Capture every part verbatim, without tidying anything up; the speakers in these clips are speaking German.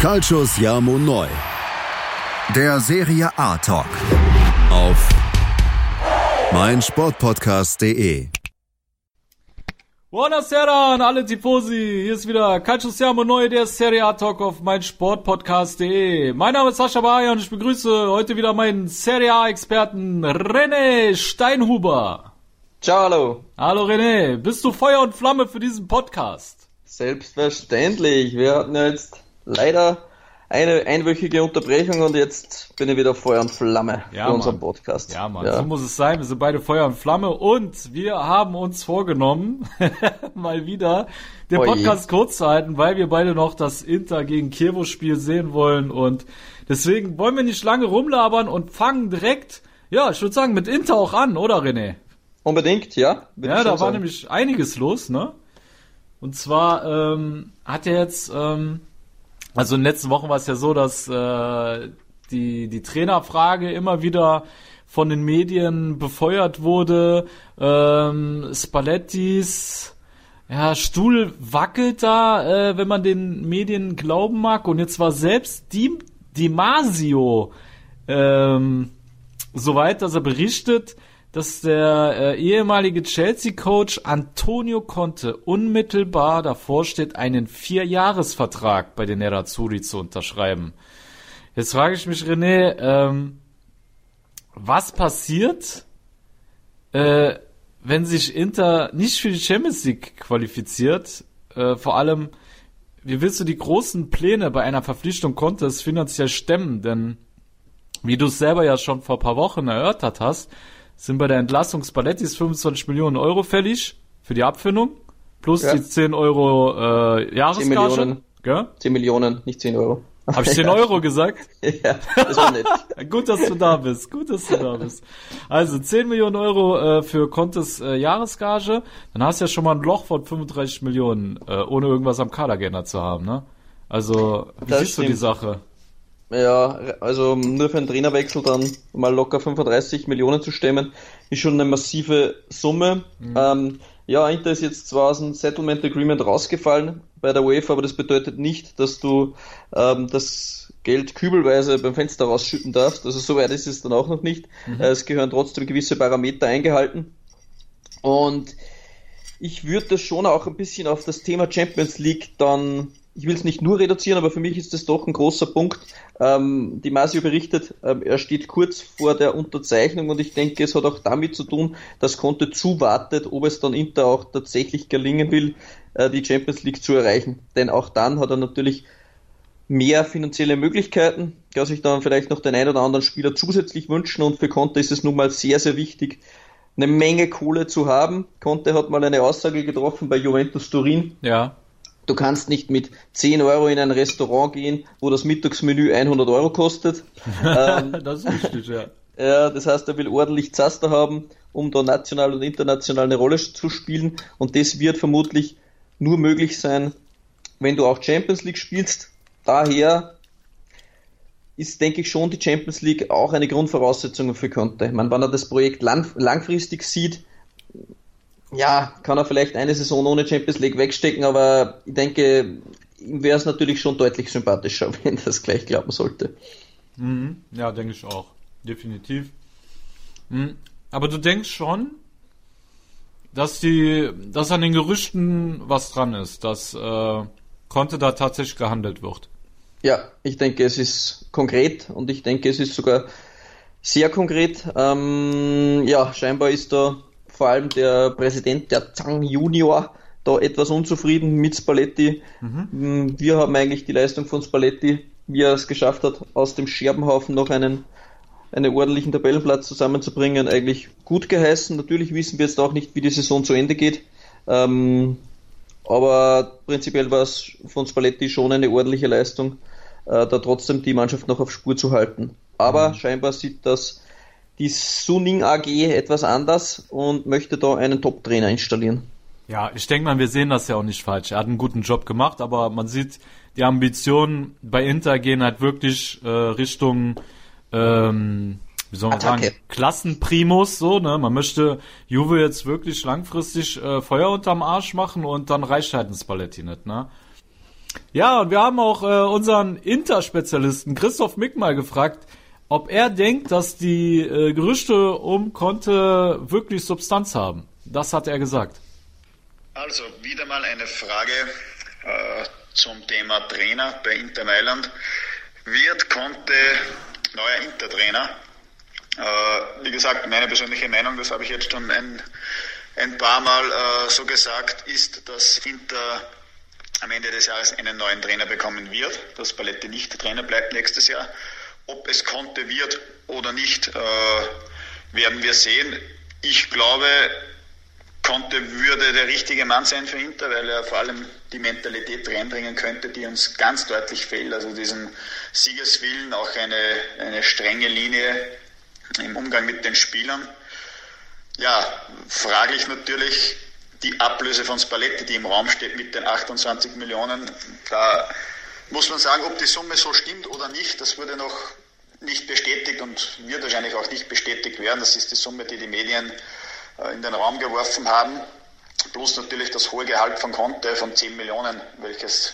Calcio Siamo Noi. Der Serie A Talk. Auf meinsportpodcast punkt de. Buonasera an alle Tifosi. Hier ist wieder Calcio Siamo Noi, der Serie A Talk auf meinsportpodcast punkt de. Mein Name ist Sascha Bayer und ich begrüße heute wieder meinen Serie A-Experten René Steinhuber. Ciao, hallo. Hallo René, bist du Feuer und Flamme für diesen Podcast? Selbstverständlich. Wir hatten ja jetzt leider eine einwöchige Unterbrechung und jetzt bin ich wieder Feuer und Flamme ja, für unseren Mann. Podcast. Ja, Mann, ja. So muss es sein. Wir sind beide Feuer und Flamme und wir haben uns vorgenommen, mal wieder den Oje. Podcast kurz zu halten, weil wir beide noch das Inter gegen Chievo-Spiel sehen wollen und deswegen wollen wir nicht lange rumlabern und fangen direkt, ja, ich würde sagen, mit Inter auch an, oder René? Unbedingt, ja. Ja, da war sagen. nämlich einiges los, ne? Und zwar ähm, hat er jetzt, ähm, also in den letzten Wochen war es ja so, dass äh, die die Trainerfrage immer wieder von den Medien befeuert wurde. Ähm, Spallettis ja, Stuhl wackelt da, äh, wenn man den Medien glauben mag. Und jetzt war selbst Di, Di Marzio ähm, soweit, dass er berichtet, dass der äh, ehemalige Chelsea-Coach Antonio Conte unmittelbar davor steht, einen Vierjahresvertrag bei den Nerazzurri zu unterschreiben. Jetzt frage ich mich, René, ähm, was passiert, äh, wenn sich Inter nicht für die Champions League qualifiziert? Äh, vor allem, wie willst du die großen Pläne bei einer Verpflichtung Contes finanziell stemmen? Denn, wie du es selber ja schon vor ein paar Wochen erörtert hast, sind bei der Entlassung Spallettis fünfundzwanzig Millionen Euro fällig für die Abfindung, plus ja. die zehn Euro äh, Jahresgage. zehn Millionen. Gell? zehn Millionen, nicht zehn Euro. Hab ich zehn Euro gesagt? Ja, das war nett. Gut, dass du da bist. Gut, dass du da bist. Also zehn Millionen Euro äh, für Contes äh, Jahresgage. Dann hast du ja schon mal ein Loch von fünfunddreißig Millionen, äh, ohne irgendwas am Kader geändert zu haben, ne? Also, wie das siehst stimmt. du die Sache? Ja, also nur für einen Trainerwechsel dann mal locker fünfunddreißig Millionen zu stemmen, ist schon eine massive Summe. Mhm. Ähm, ja, Inter ist jetzt zwar aus dem Settlement Agreement rausgefallen bei der UEFA, aber das bedeutet nicht, dass du ähm, das Geld kübelweise beim Fenster rausschütten darfst. Also so weit ist es dann auch noch nicht. Mhm. Äh, es gehören trotzdem gewisse Parameter eingehalten. Und ich würde das schon auch ein bisschen auf das Thema Champions League dann, ich will es nicht nur reduzieren, aber für mich ist das doch ein großer Punkt. Ähm, Di Marzio berichtet, ähm, er steht kurz vor der Unterzeichnung und ich denke, es hat auch damit zu tun, dass Conte zuwartet, ob es dann Inter auch tatsächlich gelingen will, äh, die Champions League zu erreichen. Denn auch dann hat er natürlich mehr finanzielle Möglichkeiten, kann sich dann vielleicht noch den einen oder anderen Spieler zusätzlich wünschen und für Conte ist es nun mal sehr, sehr wichtig, eine Menge Kohle zu haben. Conte hat mal eine Aussage getroffen bei Juventus Turin. Ja. Du kannst nicht mit zehn Euro in ein Restaurant gehen, wo das Mittagsmenü hundert Euro kostet. ähm, das ist richtig, ja. Ja, das heißt, er will ordentlich Zaster haben, um da national und international eine Rolle zu spielen. Und das wird vermutlich nur möglich sein, wenn du auch Champions League spielst. Daher ist, denke ich, schon die Champions League auch eine Grundvoraussetzung für Conte. Ich meine, wenn er das Projekt lang, langfristig sieht, ja, kann er vielleicht eine Saison ohne Champions League wegstecken, aber ich denke, ihm wäre es natürlich schon deutlich sympathischer, wenn das gleich klappen sollte. Mhm. Ja, denke ich auch. Definitiv. Mhm. Aber du denkst schon, dass die, dass an den Gerüchten was dran ist, dass äh, Conte da tatsächlich gehandelt wird. Ja, ich denke, es ist konkret und ich denke, es ist sogar sehr konkret. Ähm, ja, scheinbar ist da vor allem der Präsident, der Zhang Junior, da etwas unzufrieden mit Spalletti. Mhm. Wir haben eigentlich die Leistung von Spalletti, wie er es geschafft hat, aus dem Scherbenhaufen noch einen, einen ordentlichen Tabellenplatz zusammenzubringen, eigentlich gut geheißen. Natürlich wissen wir jetzt auch nicht, wie die Saison zu Ende geht. Ähm, aber prinzipiell war es von Spalletti schon eine ordentliche Leistung, äh, da trotzdem die Mannschaft noch auf Spur zu halten. Aber mhm. scheinbar sieht das die Suning A G etwas anders und möchte da einen Top-Trainer installieren. Ja, ich denke mal, wir sehen das ja auch nicht falsch. Er hat einen guten Job gemacht, aber man sieht, die Ambitionen bei Inter gehen halt wirklich äh, Richtung, ähm, wie soll man Attacke. sagen, Klassenprimus, so, ne? Man möchte Juve jetzt wirklich langfristig äh, Feuer unterm Arsch machen und dann reicht halt ein Spalletti nicht, ne? Ja, und wir haben auch äh, unseren Inter-Spezialisten Christoph Mick mal gefragt, ob er denkt, dass die äh, Gerüchte um Conte wirklich Substanz haben. Das hat er gesagt. Also, wieder mal eine Frage äh, zum Thema Trainer bei Inter Mailand. Wird Conte neuer Inter-Trainer? Äh, wie gesagt, meine persönliche Meinung, das habe ich jetzt schon ein, ein paar Mal äh, so gesagt, ist, dass Inter am Ende des Jahres einen neuen Trainer bekommen wird, dass Spalletti nicht Trainer bleibt nächstes Jahr. Ob es Conte wird oder nicht, äh, werden wir sehen. Ich glaube, Conte würde der richtige Mann sein für Inter, weil er vor allem die Mentalität reinbringen könnte, die uns ganz deutlich fehlt. Also diesen Siegeswillen, auch eine, eine strenge Linie im Umgang mit den Spielern. Ja, fraglich natürlich die Ablöse von Spalletti, die im Raum steht mit den achtundzwanzig Millionen. Da muss man sagen, ob die Summe so stimmt oder nicht, das wurde noch nicht bestätigt und wird wahrscheinlich auch nicht bestätigt werden. Das ist die Summe, die die Medien äh, in den Raum geworfen haben. Plus natürlich das hohe Gehalt von Conte von zehn Millionen, welches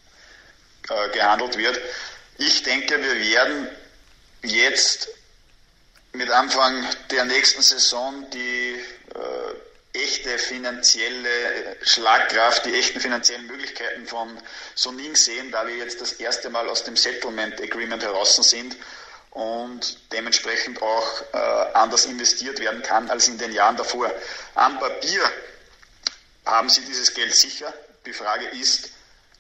äh, gehandelt wird. Ich denke, wir werden jetzt mit Anfang der nächsten Saison die äh, echte finanzielle Schlagkraft, die echten finanziellen Möglichkeiten von Suning sehen, da wir jetzt das erste Mal aus dem Settlement Agreement heraus sind und dementsprechend auch äh, anders investiert werden kann als in den Jahren davor. Am Papier haben sie dieses Geld sicher. Die Frage ist,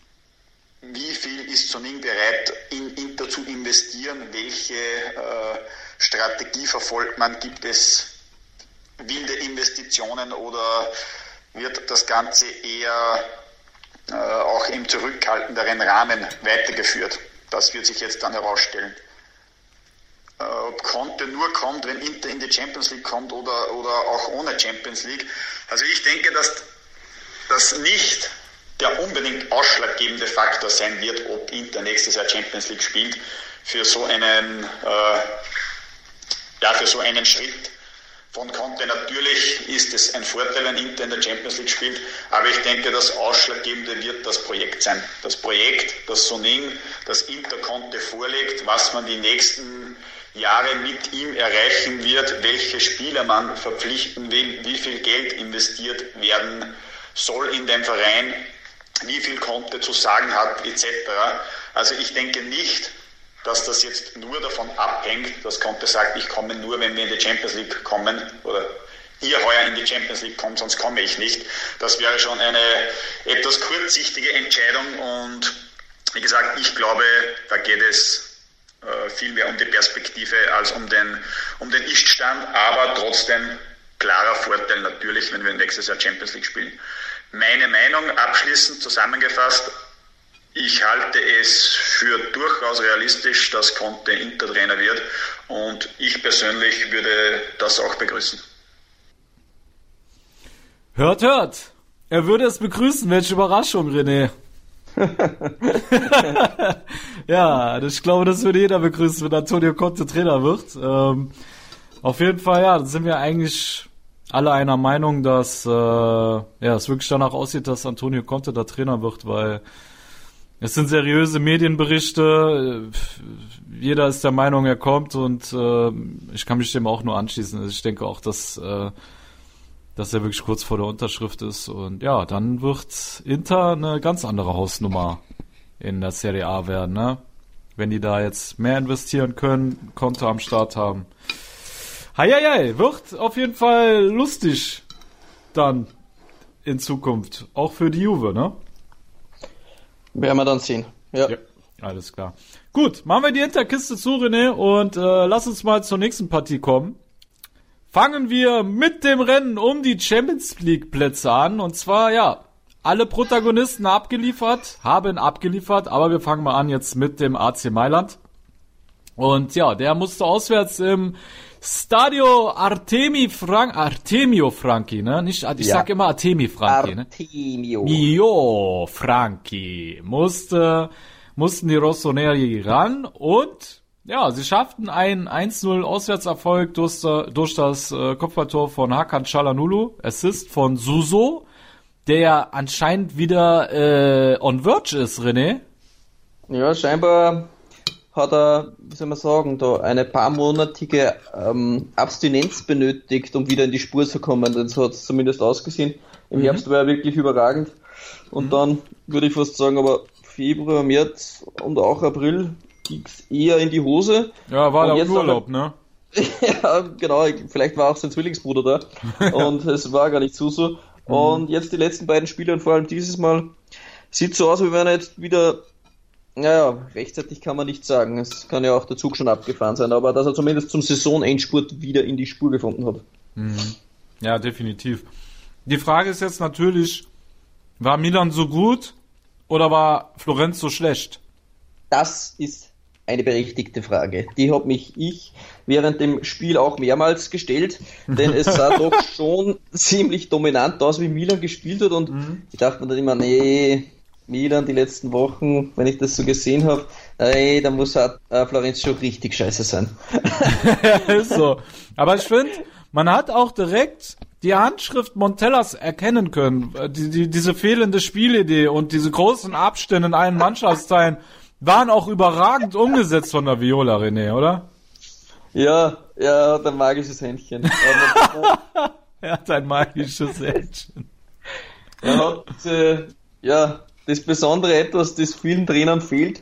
wie viel ist Suning bereit, in Inter zu investieren? Welche äh, Strategie verfolgt man? Gibt es wilde Investitionen oder wird das Ganze eher äh, auch im zurückhaltenderen Rahmen weitergeführt? Das wird sich jetzt dann herausstellen. Äh, ob Conte nur kommt, wenn Inter in die Champions League kommt oder, oder auch ohne Champions League. Also ich denke, dass das nicht der unbedingt ausschlaggebende Faktor sein wird, ob Inter nächstes Jahr Champions League spielt, für so einen, äh, ja, für so einen Schritt von Conte. Natürlich ist es ein Vorteil, wenn Inter in der Champions League spielt, aber ich denke, das Ausschlaggebende wird das Projekt sein. Das Projekt, das Suning, das Inter Conte vorlegt, was man die nächsten Jahre mit ihm erreichen wird, welche Spieler man verpflichten will, wie viel Geld investiert werden soll in den Verein, wie viel Conte zu sagen hat, et cetera. Also ich denke nicht, dass das jetzt nur davon abhängt, dass Conte sagt, ich komme nur, wenn wir in die Champions League kommen oder ihr heuer in die Champions League kommt, sonst komme ich nicht. Das wäre schon eine etwas kurzsichtige Entscheidung und wie gesagt, ich glaube, da geht es äh, viel mehr um die Perspektive als um den, um den Ist-Stand, aber trotzdem klarer Vorteil natürlich, wenn wir nächstes Jahr Champions League spielen. Meine Meinung abschließend zusammengefasst, ich halte es für durchaus realistisch, dass Conte Inter-Trainer wird und ich persönlich würde das auch begrüßen. Hört, hört! Er würde es begrüßen, welche Überraschung, René. Ja, ich glaube, das würde jeder begrüßen, wenn Antonio Conte Trainer wird. Ähm, auf jeden Fall, ja, sind wir eigentlich alle einer Meinung, dass äh, ja, es wirklich danach aussieht, dass Antonio Conte der Trainer wird, weil es sind seriöse Medienberichte, jeder ist der Meinung, er kommt und äh, ich kann mich dem auch nur anschließen. Ich denke auch, dass, äh, dass er wirklich kurz vor der Unterschrift ist und ja, dann wird Inter eine ganz andere Hausnummer in der Serie A werden, ne? Wenn die da jetzt mehr investieren können, Konto am Start haben. Heieiei, wird auf jeden Fall lustig dann in Zukunft, auch für die Juve, ne? Werden wir dann sehen. Ja. Ja, alles klar. Gut, machen wir die Interkiste zu, René, und äh, lass uns mal zur nächsten Partie kommen. Fangen wir mit dem Rennen um die Champions League Plätze an. Und zwar, ja, alle Protagonisten abgeliefert, haben abgeliefert, aber wir fangen mal an jetzt mit dem A C Mailand. Und ja, der musste auswärts im Stadio Artemi Frank, Artemio Franchi, ne? Nicht, ich ja. sag immer Artemi Franchi, ne? Artemio. Mio Franchi. Musste, mussten die Rossoneri ran und, ja, sie schafften einen eins null Auswärtserfolg durch, durch das äh, Kopfballtor von Hakan Çalhanoğlu, Assist von Suso. der ja anscheinend wieder äh, on verge ist, René. Ja, scheinbar hat er, wie soll man sagen, da eine paarmonatige ähm, Abstinenz benötigt, um wieder in die Spur zu kommen. So hat es zumindest ausgesehen. Im mhm. Herbst war er wirklich überragend. Und mhm. dann würde ich fast sagen, aber Februar, März und auch April ging's eher in die Hose. Ja, war der Urlaub, ne? Ja, genau. Vielleicht war auch sein Zwillingsbruder da. Und es war gar nicht so so. Mhm. Und jetzt die letzten beiden Spiele und vor allem dieses Mal sieht so aus, wie wenn er jetzt wieder, naja, rechtzeitig kann man nicht sagen. Es kann ja auch der Zug schon abgefahren sein, aber dass er zumindest zum Saisonendspurt wieder in die Spur gefunden hat. Mhm. Ja, definitiv. Die Frage ist jetzt natürlich, war Milan so gut oder war Florenz so schlecht? Das ist eine berechtigte Frage. Die hat mich ich während dem Spiel auch mehrmals gestellt, denn es sah doch schon ziemlich dominant aus, wie Milan gespielt hat und mhm. ich dachte mir dann immer, nee, Milan die letzten Wochen, wenn ich das so gesehen habe, ey, da muss äh, Florenz schon richtig scheiße sein. Ist so. Aber ich finde, man hat auch direkt die Handschrift Montellas erkennen können. Die, die, diese fehlende Spielidee und diese großen Abstände in allen Mannschaftsteilen waren auch überragend umgesetzt von der Viola, René, oder? Ja, er hat ein magisches Händchen. Er hat ein magisches Händchen. Er hat, äh, ja, das besondere Etwas, das vielen Trainern fehlt.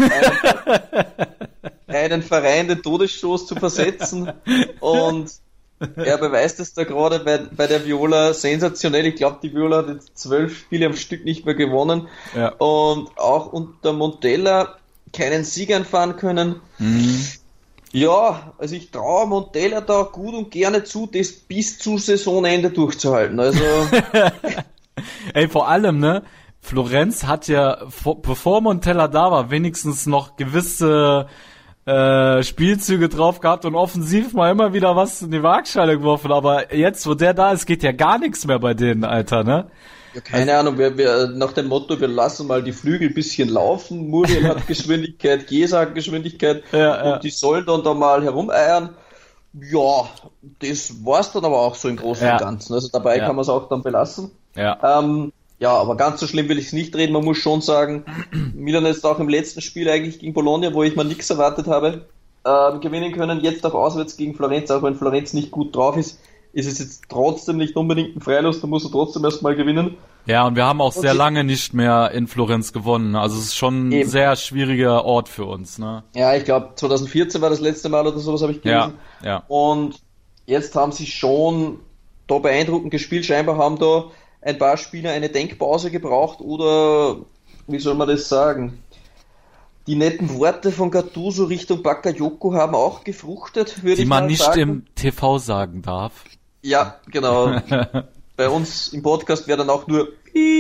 einen, einen Verein den Todesstoß zu versetzen und er beweist es da gerade bei, bei der Viola sensationell. Ich glaube, die Viola hat jetzt zwölf Spiele am Stück nicht mehr gewonnen. Ja. Und auch unter Montella keinen Sieg einfahren können. Mhm. Ja, also ich traue Montella da gut und gerne zu, das bis zu Saisonende durchzuhalten. Also ey, vor allem, ne? Florenz hat ja, vor, bevor Montella da war, wenigstens noch gewisse Äh, Spielzüge drauf gehabt und offensiv mal immer wieder was in die Waagschale geworfen, aber jetzt, wo der da ist, geht ja gar nichts mehr bei denen, Alter, ne? Ja, keine also, Ahnung, wir, wir, nach dem Motto, wir lassen mal die Flügel ein bisschen laufen, Muriel hat Geschwindigkeit, Chiesa hat Geschwindigkeit ja, und ja. die sollen dann da mal herumeiern. Ja, das war's dann aber auch so im Großen ja. und Ganzen, also dabei ja. kann man es auch dann belassen. Ja. Ähm, Ja, aber ganz so schlimm will ich es nicht reden. Man muss schon sagen, Milan ist auch im letzten Spiel eigentlich gegen Bologna, wo ich mal nichts erwartet habe, äh, gewinnen können. Jetzt auch auswärts gegen Florenz, auch wenn Florenz nicht gut drauf ist, ist es jetzt trotzdem nicht unbedingt ein Freilos, da muss er trotzdem erstmal gewinnen. Ja, und wir haben auch und sehr lange nicht mehr in Florenz gewonnen. Also es ist schon eben. ein sehr schwieriger Ort für uns, ne? Ja, ich glaube zwanzig vierzehn war das letzte Mal oder sowas, habe ich gelesen. Ja, ja. Und jetzt haben sie schon da beeindruckend gespielt. Scheinbar haben da ein paar Spieler eine Denkpause gebraucht oder, wie soll man das sagen, die netten Worte von Gattuso Richtung Bakayoko haben auch gefruchtet, würde die ich mal man nicht sagen. Im T V sagen darf. Ja, genau. Bei uns im Podcast wäre dann auch nur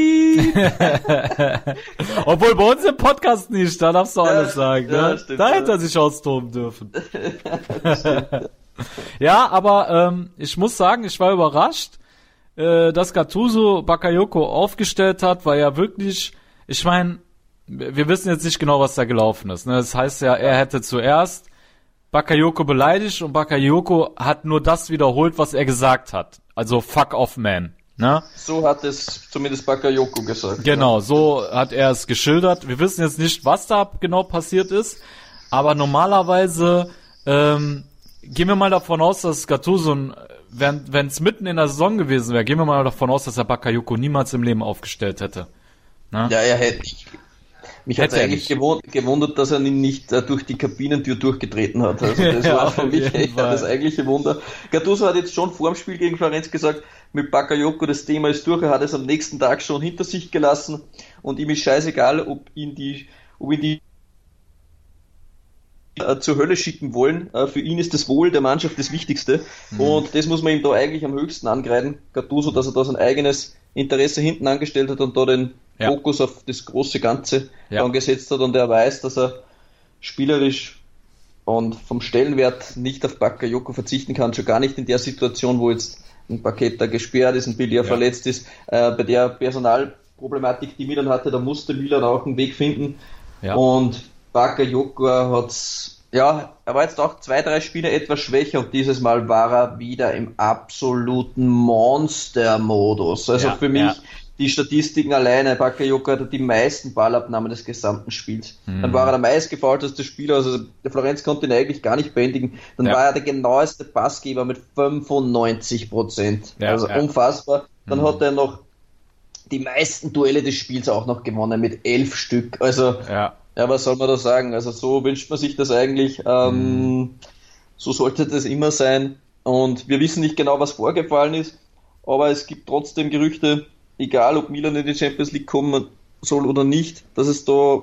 obwohl bei uns im Podcast nicht, da darfst du ja, alles sagen. Ja, ne? stimmt, da ja. hätte er sich austoben dürfen. Ja, aber ähm, ich muss sagen, ich war überrascht, dass Gattuso Bakayoko aufgestellt hat, war ja wirklich, ich meine, wir wissen jetzt nicht genau, was da gelaufen ist. Ne? Das heißt ja, er hätte zuerst Bakayoko beleidigt und Bakayoko hat nur das wiederholt, was er gesagt hat. Also fuck off, man. Ne? So hat es zumindest Bakayoko gesagt. Genau, ne? So hat er es geschildert. Wir wissen jetzt nicht, was da genau passiert ist, aber normalerweise ähm, gehen wir mal davon aus, dass Gattuso ein wenn es mitten in der Saison gewesen wäre, gehen wir mal davon aus, dass er Bakayoko niemals im Leben aufgestellt hätte. Na? Ja, er hätte. Ich, mich hat es eigentlich gewund, gewundert, dass er ihn nicht äh, durch die Kabinentür durchgetreten hat. Also das ja, war für mich echt das eigentliche Wunder. Gattuso hat jetzt schon vor dem Spiel gegen Florenz gesagt, mit Bakayoko das Thema ist durch. Er hat es am nächsten Tag schon hinter sich gelassen und ihm ist scheißegal, ob ihn die, ob ihn die zur Hölle schicken wollen. Für ihn ist das Wohl der Mannschaft das Wichtigste. Mhm. Und das muss man ihm da eigentlich am höchsten angreifen. Gattuso, dass er da sein eigenes Interesse hinten angestellt hat und da den ja. Fokus auf das große Ganze ja. dann gesetzt hat. Und er weiß, dass er spielerisch und vom Stellenwert nicht auf Bakayoko verzichten kann. Schon gar nicht in der Situation, wo jetzt ein Paqueta gesperrt ist, ein Bilia ja. verletzt ist. Äh, bei der Personalproblematik, die Milan hatte, da musste Milan auch einen Weg finden. Ja. Und Bakayoko hat's, ja, er war jetzt auch zwei, drei Spiele etwas schwächer und dieses Mal war er wieder im absoluten Monster-Modus. Also ja, für mich, ja. die Statistiken alleine, Bakayoko hatte die meisten Ballabnahmen des gesamten Spiels. Mhm. Dann war er der meistgefoulteste Spieler, also der Florenz konnte ihn eigentlich gar nicht bändigen. Dann ja. war er der genaueste Passgeber mit fünfundneunzig Prozent. Ja, also ja. unfassbar. Dann mhm. hat er noch die meisten Duelle des Spiels auch noch gewonnen mit elf Stück. Also, ja, ja was soll man da sagen? Also so wünscht man sich das eigentlich. Ähm, mhm. So sollte das immer sein. Und wir wissen nicht genau, was vorgefallen ist, aber es gibt trotzdem Gerüchte, egal ob Milan in die Champions League kommen soll oder nicht, dass es da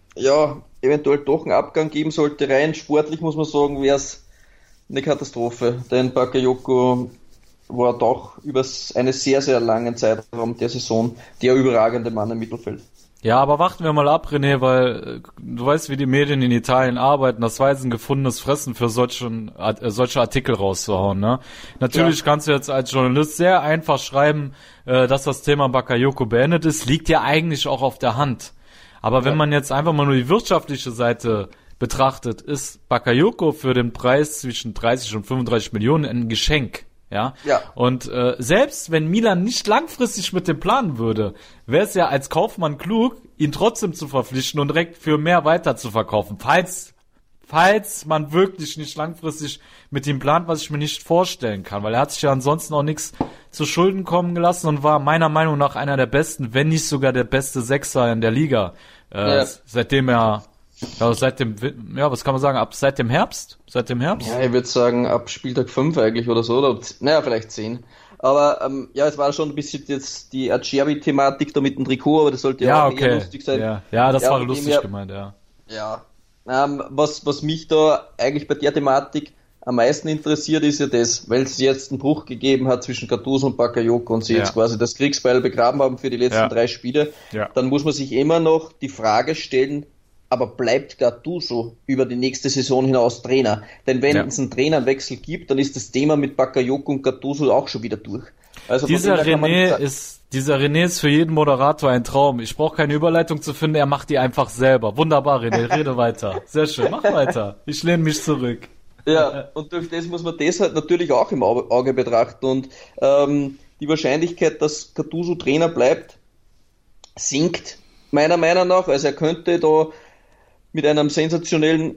ja eventuell doch einen Abgang geben sollte. Rein sportlich muss man sagen, wäre es eine Katastrophe, denn Bakayoko war doch über einen sehr, sehr langen Zeitraum der Saison der überragende Mann im Mittelfeld. Ja, aber warten wir mal ab, René, weil äh, du weißt, wie die Medien in Italien arbeiten. Das war jetzt ein gefundenes Fressen für solchen, äh, solche Artikel rauszuhauen. Ne? Natürlich ja. kannst du jetzt als Journalist sehr einfach schreiben, äh, dass das Thema Bakayoko beendet ist. Liegt ja eigentlich auch auf der Hand. Aber ja. wenn man jetzt einfach mal nur die wirtschaftliche Seite betrachtet, ist Bakayoko für den Preis zwischen dreißig und fünfunddreißig Millionen ein Geschenk. Ja? ja. Und äh, selbst wenn Milan nicht langfristig mit dem planen würde, wäre es ja als Kaufmann klug, ihn trotzdem zu verpflichten und direkt für mehr weiter zu verkaufen. Falls, falls man wirklich nicht langfristig mit ihm plant, was ich mir nicht vorstellen kann, weil er hat sich ja ansonsten auch nichts zu Schulden kommen gelassen und war meiner Meinung nach einer der besten, wenn nicht sogar der beste Sechser in der Liga, äh, ja. seitdem er Ja, seit dem, ja, was kann man sagen, ab seit dem Herbst? Seit dem Herbst? Ja, ich würde sagen, ab Spieltag fünf eigentlich oder so, oder, naja, vielleicht zehn. Aber, ähm, ja, es war schon ein bisschen jetzt die Acerbi-Thematik da mit dem Trikot, aber das sollte ja, ja auch okay. eher lustig sein. Ja, ja das ja, war lustig gemeint, ja. Ja, ähm, was, was mich da eigentlich bei der Thematik am meisten interessiert, ist ja das, weil es jetzt einen Bruch gegeben hat zwischen Gattuso und Bakayoko und sie ja. jetzt quasi das Kriegsbeil begraben haben für die letzten ja. drei Spiele, ja. dann muss man sich immer noch die Frage stellen, aber bleibt Gattuso über die nächste Saison hinaus Trainer? Denn wenn ja. es einen Trainerwechsel gibt, dann ist das Thema mit Bakayoko und Gattuso auch schon wieder durch. Also dieser René ist, dieser René ist für jeden Moderator ein Traum. Ich brauche keine Überleitung zu finden, er macht die einfach selber. Wunderbar, René, rede weiter. Sehr schön, mach weiter. Ich lehne mich zurück. Ja, und durch das muss man das halt natürlich auch im Auge betrachten. Und ähm, die Wahrscheinlichkeit, dass Gattuso Trainer bleibt, sinkt meiner Meinung nach. Also er könnte da mit einem sensationellen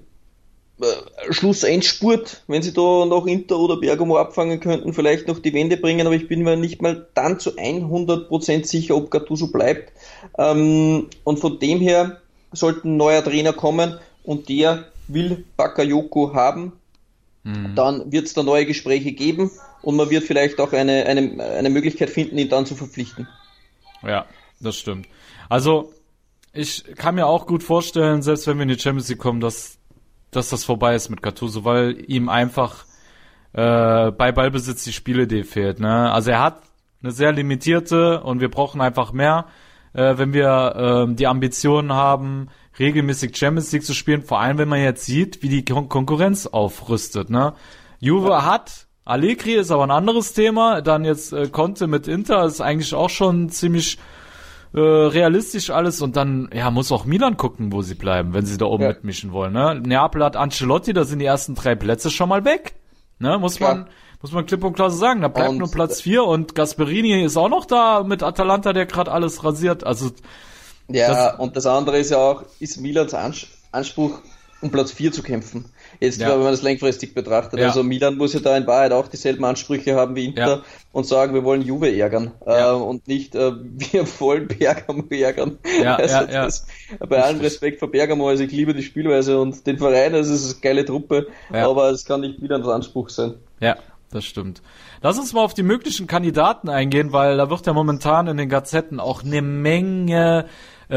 äh, Schlussendspurt, wenn sie da noch Inter oder Bergamo abfangen könnten, vielleicht noch die Wende bringen, aber ich bin mir nicht mal dann zu hundert Prozent sicher, ob Gattuso bleibt. Ähm, und von dem her sollte ein neuer Trainer kommen und der will Bakayoko haben, mhm. dann wird es da neue Gespräche geben und man wird vielleicht auch eine, eine, eine Möglichkeit finden, ihn dann zu verpflichten. Ja, das stimmt. Also ich kann mir auch gut vorstellen, selbst wenn wir in die Champions League kommen, dass, dass das vorbei ist mit Gattuso, weil ihm einfach äh, bei Ballbesitz die Spielidee fehlt. Ne? Also er hat eine sehr limitierte und wir brauchen einfach mehr, äh, wenn wir äh, die Ambitionen haben, regelmäßig Champions League zu spielen, vor allem wenn man jetzt sieht, wie die Kon- Konkurrenz aufrüstet. Ne? Juve ja. hat, Allegri ist aber ein anderes Thema, dann jetzt äh, Conte mit Inter ist eigentlich auch schon ziemlich Äh, realistisch alles und dann ja muss auch Milan gucken, wo sie bleiben, wenn sie da oben ja. mitmischen wollen. Ne? Neapel hat Ancelotti, da sind die ersten drei Plätze schon mal weg. Ne? Muss Klar. man muss man klipp und klar so sagen. Da bleibt und nur Platz vier und Gasperini ist auch noch da mit Atalanta, der gerade alles rasiert. Also ja, das, und das andere ist ja auch, ist Milans Anspruch, um Platz vier zu kämpfen. Jetzt, ja. wenn man das langfristig betrachtet. Ja. Also Milan muss ja da in Wahrheit auch dieselben Ansprüche haben wie Inter ja. und sagen, wir wollen Juve ärgern ja. äh, und nicht, äh, wir wollen Bergamo ärgern. Ja, also ja, das, ja. Bei allem Respekt vor Bergamo, also ich liebe die Spielweise und den Verein, also es ist eine geile Truppe, ja. aber es kann nicht Milans Anspruch sein. Ja, das stimmt. Lass uns mal auf die möglichen Kandidaten eingehen, weil da wird ja momentan in den Gazetten auch eine Menge, äh,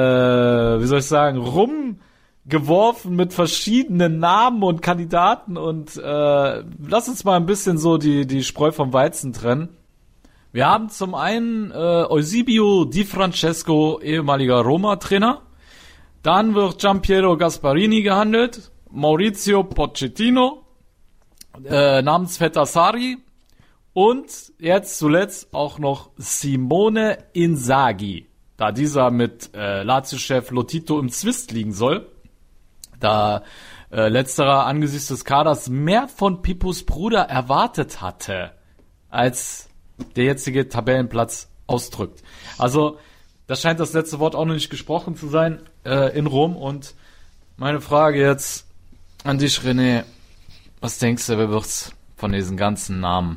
wie soll ich sagen, rum geworfen mit verschiedenen Namen und Kandidaten und äh, lass uns mal ein bisschen so die die Spreu vom Weizen trennen. Wir haben zum einen äh, Eusebio Di Francesco, ehemaliger Roma-Trainer. Dann wird Gianpiero Gasparini gehandelt, Maurizio Pochettino, äh, Namensvetter Sarri und jetzt zuletzt auch noch Simone Inzaghi, da dieser mit äh, Lazio-Chef Lotito im Zwist liegen soll. Da äh, letzterer angesichts des Kaders mehr von Pippos Bruder erwartet hatte als der jetzige Tabellenplatz ausdrückt. Also, da scheint das letzte Wort auch noch nicht gesprochen zu sein äh, in Rom. Und meine Frage jetzt an dich, René. Was denkst du, wer wird's von diesen ganzen Namen?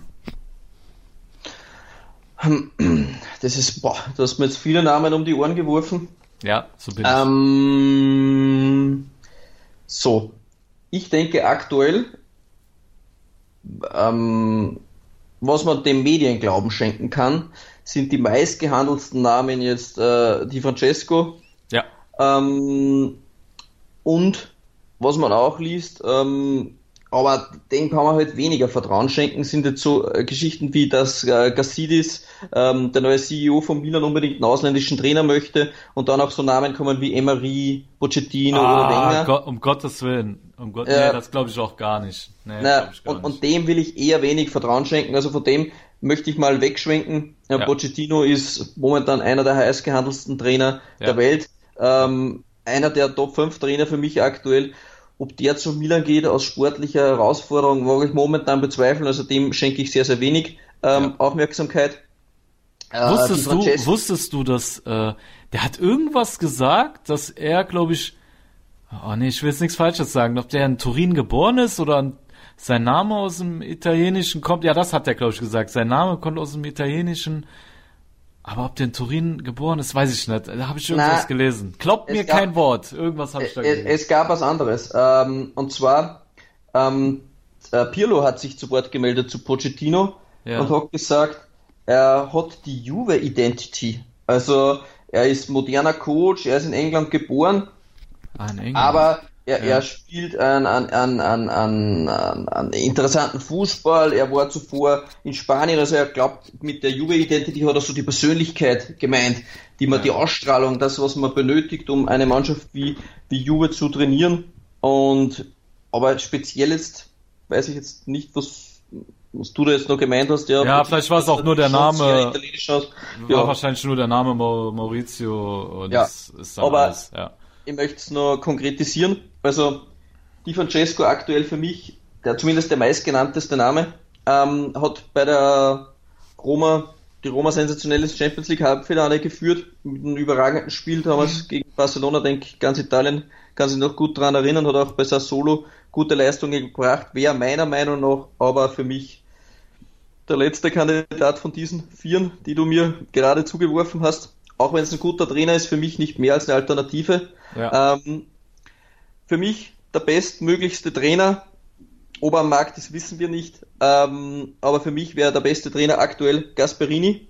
Das ist, boah, du hast mir jetzt viele Namen um die Ohren geworfen. Ja, so bin ich. Ähm, so, ich denke aktuell, ähm, was man dem Medienglauben schenken kann, sind die meistgehandelsten Namen jetzt äh, Di Francesco. Ja. Ähm, und was man auch liest, ähm, aber dem kann man halt weniger Vertrauen schenken, sind jetzt so äh, Geschichten wie, dass äh, Gazidis, ähm, der neue C E O von Milan, unbedingt einen ausländischen Trainer möchte und dann auch so Namen kommen wie Emery, Pochettino ah, oder Wenger. Gott, um Gottes Willen. Um Gott, äh, nee, das glaube ich auch gar nicht. Nee, na, ich gar und, nicht. und dem will ich eher wenig Vertrauen schenken, also von dem möchte ich mal wegschwenken. Ja. Pochettino ist momentan einer der heiß gehandelsten Trainer ja. der Welt, ähm, einer der Top fünf Trainer für mich aktuell. Ob der zu Milan geht aus sportlicher Herausforderung, wage ich momentan bezweifeln, also dem schenke ich sehr, sehr wenig ähm, ja. Aufmerksamkeit. Äh, wusstest du, wusstest du, dass äh, der hat irgendwas gesagt, dass er, glaube ich, oh nee, ich will jetzt nichts Falsches sagen, ob der in Turin geboren ist oder sein Name aus dem Italienischen kommt, ja, das hat er, glaube ich, gesagt, sein Name kommt aus dem Italienischen, aber ob der in Turin geboren ist, weiß ich nicht, da habe ich irgendwas Na, gelesen. Glaubt mir gab, kein Wort, irgendwas habe ich da gelesen. Es, es gab was anderes, ähm, und zwar, ähm, äh, Pirlo hat sich zu Wort gemeldet zu Pochettino ja. und hat gesagt, er hat die Juve-Identity, also er ist moderner Coach, er ist in England geboren, ah, in England. aber Er, ja. er spielt einen, einen, einen, einen, einen interessanten Fußball, er war zuvor in Spanien, also er glaubt, mit der Juve-Identity hat er so die Persönlichkeit gemeint, die man, ja. die Ausstrahlung, das, was man benötigt, um eine Mannschaft wie, wie Juve zu trainieren. Und, aber speziell jetzt, weiß ich jetzt nicht, was, was du da jetzt noch gemeint hast. Ja, ja vielleicht war es auch nur der Name, war ja. wahrscheinlich nur der Name Maurizio, und ja. das ist dann aber alles, ja. Ich möchte es noch konkretisieren. Also, Di Francesco aktuell für mich, der zumindest der meistgenannteste Name, ähm, hat bei der Roma, die Roma sensationelles Champions League Halbfinale geführt, mit einem überragenden Spiel damals gegen Barcelona, denke ich, ganz Italien kann sich noch gut dran erinnern, hat auch bei Sassuolo gute Leistungen gebracht, wäre meiner Meinung nach aber für mich der letzte Kandidat von diesen Vieren, die du mir gerade zugeworfen hast. Auch wenn es ein guter Trainer ist, für mich nicht mehr als eine Alternative. Ja. Ähm, für mich der bestmöglichste Trainer, ob er am Markt ist, wissen wir nicht, ähm, aber für mich wäre der beste Trainer aktuell Gasperini.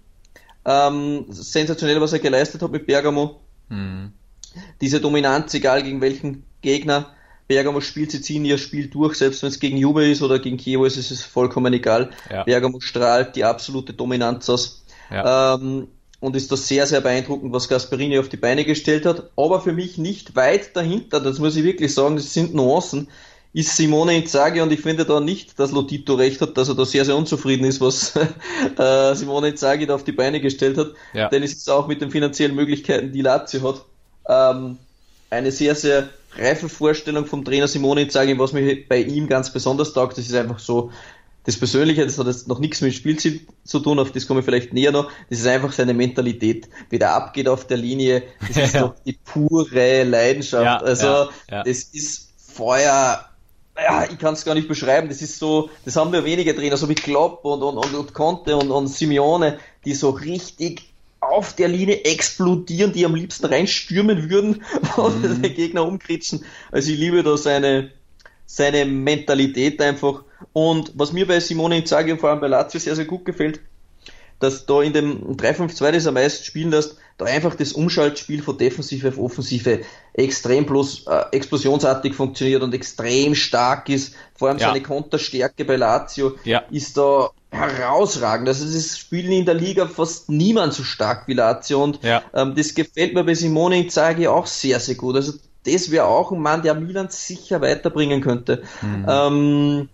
Ähm, sensationell, was er geleistet hat mit Bergamo. Mhm. Diese Dominanz, egal gegen welchen Gegner Bergamo spielt, sie ziehen ihr Spiel durch, selbst wenn es gegen Juve ist oder gegen Chievo ist, ist es vollkommen egal. Ja. Bergamo strahlt die absolute Dominanz aus. Ja. Ähm, und ist das sehr, sehr beeindruckend, was Gasperini auf die Beine gestellt hat. Aber für mich nicht weit dahinter, das muss ich wirklich sagen, das sind Nuancen, ist Simone Inzaghi, und ich finde da nicht, dass Lotito recht hat, dass er da sehr, sehr unzufrieden ist, was äh, Simone Inzaghi da auf die Beine gestellt hat. Ja. Denn es ist auch mit den finanziellen Möglichkeiten, die Lazio hat, ähm, eine sehr, sehr reife Vorstellung vom Trainer Simone Inzaghi, was mir bei ihm ganz besonders taugt. Das ist einfach so das Persönliche, das hat jetzt noch nichts mit Spielziel zu tun, auf das komme ich vielleicht näher noch. Das ist einfach seine Mentalität, wie der abgeht auf der Linie. Das ist doch die pure Leidenschaft. Ja, also ja, ja. Das ist Feuer. Ja, ich kann es gar nicht beschreiben. Das ist so, das haben wir wenige Trainer, so wie Klopp und, und, und, und Conte und, und Simeone, die so richtig auf der Linie explodieren, die am liebsten reinstürmen würden und mhm. den Gegner umkritschen. Also ich liebe da seine, seine Mentalität einfach. Und was mir bei Simone Inzaghi und vor allem bei Lazio sehr, sehr gut gefällt, dass da in dem drei fünf zwei, das er meist spielen lässt, da einfach das Umschaltspiel von Defensive auf Offensive extrem bloß äh, explosionsartig funktioniert und extrem stark ist. Vor allem ja. seine Konterstärke bei Lazio ja. ist da herausragend. Also das spielen in der Liga fast niemand so stark wie Lazio, und ja. ähm, das gefällt mir bei Simone Inzaghi auch sehr, sehr gut. Also das wäre auch ein Mann, der Milan sicher weiterbringen könnte. Mhm. Ähm,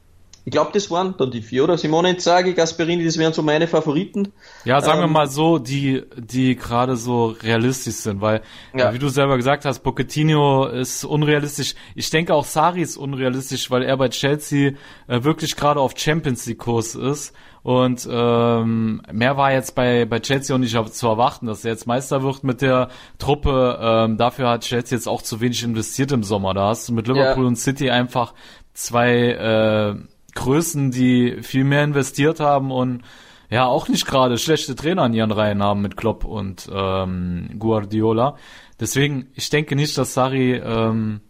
Ich glaube, das waren dann die vier, oder? Simone Inzaghi, Gasperini, das wären so meine Favoriten. Ja, sagen ähm, wir mal so, die die gerade so realistisch sind, weil, ja. äh, wie du selber gesagt hast, Pochettino ist unrealistisch. Ich denke auch Sarri ist unrealistisch, weil er bei Chelsea äh, wirklich gerade auf Champions League Kurs ist. Und ähm, mehr war jetzt bei bei Chelsea auch nicht zu erwarten, dass er jetzt Meister wird mit der Truppe. Ähm, dafür hat Chelsea jetzt auch zu wenig investiert im Sommer. Da hast du mit Liverpool ja. und City einfach zwei äh, Größen, die viel mehr investiert haben und ja auch nicht gerade schlechte Trainer in ihren Reihen haben mit Klopp und ähm, Guardiola. Deswegen, ich denke nicht, dass Sarri, ähm,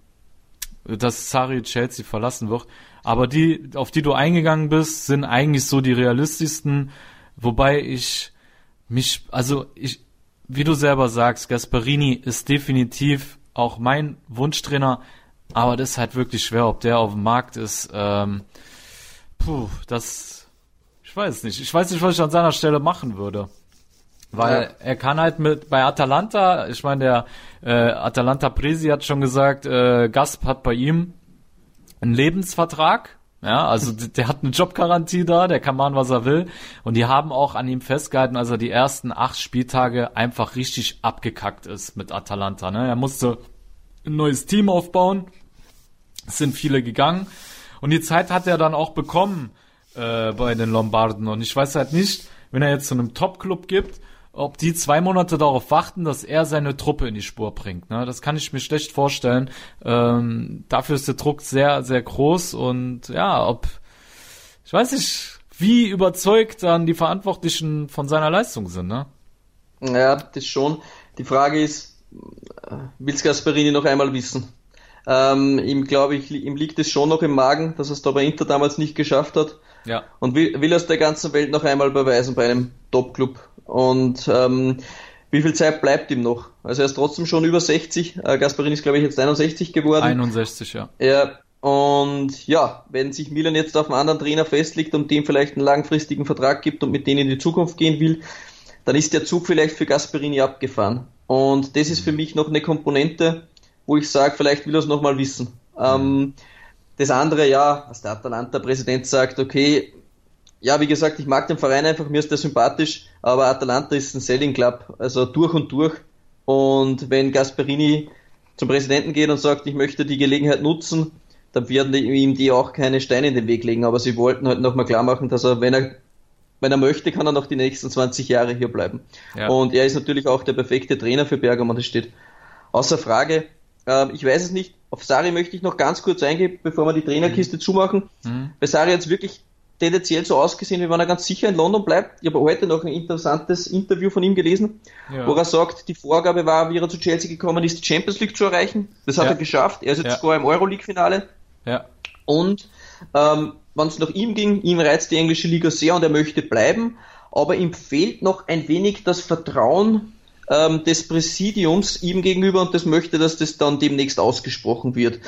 dass Sarri Chelsea verlassen wird. Aber die, auf die du eingegangen bist, sind eigentlich so die realistischsten. Wobei ich mich, also ich, wie du selber sagst, Gasperini ist definitiv auch mein Wunschtrainer. Aber das ist halt wirklich schwer, ob der auf dem Markt ist. Ähm, puh, das, ich weiß nicht. Ich weiß nicht, was ich an seiner Stelle machen würde. Weil ja. er kann halt mit, bei Atalanta, ich meine, der äh, Atalanta Presi hat schon gesagt, äh, Gasp hat bei ihm einen Lebensvertrag. Ja, also der, der hat eine Jobgarantie da, der kann machen, was er will. Und die haben auch an ihm festgehalten, als er die ersten acht Spieltage einfach richtig abgekackt ist mit Atalanta. Ne? Er musste ein neues Team aufbauen. Es sind viele gegangen. Und die Zeit hat er dann auch bekommen äh, bei den Lombarden. Und ich weiß halt nicht, wenn er jetzt zu einem Top-Club gibt, ob die zwei Monate darauf warten, dass er seine Truppe in die Spur bringt. Ne? Das kann ich mir schlecht vorstellen. Ähm, dafür ist der Druck sehr, sehr groß. Und ja, ob, ich weiß nicht, wie überzeugt dann die Verantwortlichen von seiner Leistung sind. Ne? Ja, das schon. Die Frage ist, will's Gasperini noch einmal wissen? Ähm, ihm glaube ich, ihm liegt es schon noch im Magen, dass er es da bei Inter damals nicht geschafft hat. Ja. Und will, will er es der ganzen Welt noch einmal beweisen bei einem Top-Club. Und ähm, wie viel Zeit bleibt ihm noch? Also er ist trotzdem schon über sechzig. Äh, Gasperini ist, glaube ich, jetzt einundsechzig geworden. einundsechzig, ja. Ja. Und ja, wenn sich Milan jetzt auf einen anderen Trainer festlegt und dem vielleicht einen langfristigen Vertrag gibt und mit denen in die Zukunft gehen will, dann ist der Zug vielleicht für Gasperini abgefahren. Und das ist für mich noch eine Komponente, wo ich sage, vielleicht will er es nochmal wissen. Mhm. Ähm, das andere, ja, als der Atalanta-Präsident sagt, okay, ja, wie gesagt, ich mag den Verein einfach, mir ist der sympathisch, aber Atalanta ist ein Selling Club, also durch und durch. Und wenn Gasperini zum Präsidenten geht und sagt, ich möchte die Gelegenheit nutzen, dann werden die, ihm die auch keine Steine in den Weg legen. Aber sie wollten halt nochmal klar machen, dass er, wenn er wenn er möchte, kann er noch die nächsten zwanzig Jahre hier bleiben. Ja. Und er ist natürlich auch der perfekte Trainer für Bergamo, das steht außer Frage. Äh, ich weiß es nicht, auf Sarri möchte ich noch ganz kurz eingehen, bevor wir die Trainerkiste mhm. zumachen. Mhm. Bei Sarri hat es wirklich tendenziell so ausgesehen, wie wenn er ganz sicher in London bleibt. Ich habe heute noch ein interessantes Interview von ihm gelesen, ja. wo er sagt, die Vorgabe war, wie er zu Chelsea gekommen ist, die Champions League zu erreichen. Das hat ja. er geschafft. Er ist jetzt ja. sogar im Euroleague-Finale. Ja. Und ähm, wenn es nach ihm ging, ihm reizt die englische Liga sehr und er möchte bleiben, aber ihm fehlt noch ein wenig das Vertrauen ähm, des Präsidiums ihm gegenüber und das möchte, dass das dann demnächst ausgesprochen wird.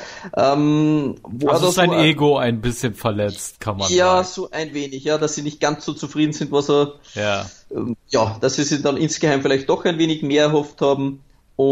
Ähm, also ist sein so Ego ein bisschen verletzt, kann man ja, sagen. Ja, so so ein wenig, ja, dass sie nicht ganz so zufrieden sind, was er, ja, ähm, ja, dass sie sich dann insgeheim vielleicht doch ein wenig mehr erhofft haben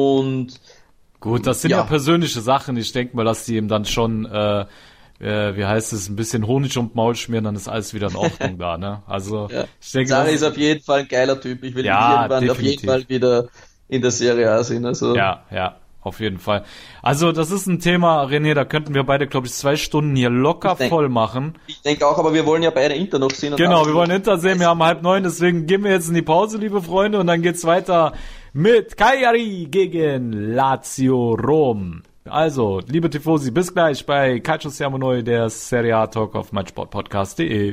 und gut, das sind ja, ja persönliche Sachen, ich denke mal, dass die ihm dann schon äh, Äh, wie heißt es, ein bisschen Honig um den Maul schmieren, dann ist alles wieder in Ordnung da, ne? Also, ja. ich denke, Sarri ist auf jeden Fall ein geiler Typ. Ich will ja, ihn irgendwann definitiv. auf jeden Fall wieder in der Serie A sehen. Also. Ja, ja, auf jeden Fall. Also, das ist ein Thema, René, da könnten wir beide, glaube ich, zwei Stunden hier locker denk, voll machen. Ich denke auch, aber wir wollen ja beide Inter noch sehen. Und genau, wir wollen Inter sehen, wir haben halb neun, deswegen gehen wir jetzt in die Pause, liebe Freunde, und dann geht's weiter mit Cagliari gegen Lazio Rom. Also, liebe Tifosi, bis gleich bei Calcio Siamo Noi, der Serie A Talk auf meinsportpodcast punkt de.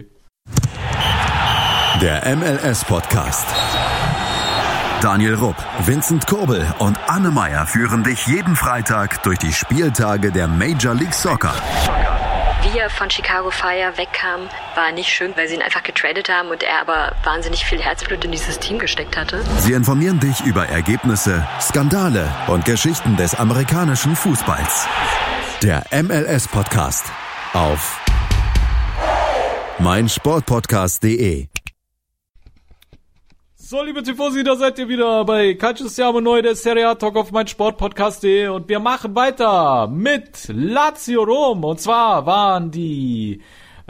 Der M L S-Podcast. Daniel Rupp, Vincent Kurbel und Anne Meyer führen dich jeden Freitag durch die Spieltage der Major League Soccer. Wie er von Chicago Fire wegkam, war nicht schön, weil sie ihn einfach getradet haben und er aber wahnsinnig viel Herzblut in dieses Team gesteckt hatte. Sie informieren dich über Ergebnisse, Skandale und Geschichten des amerikanischen Fußballs. Der M L S-Podcast auf meinsportpodcast punkt de. So, liebe Tifosi, da seid ihr wieder bei Calcio Siamo Noi, der Serie A Talk auf meinsportpodcast punkt de und wir machen weiter mit Lazio Rom. Und zwar waren die Äh,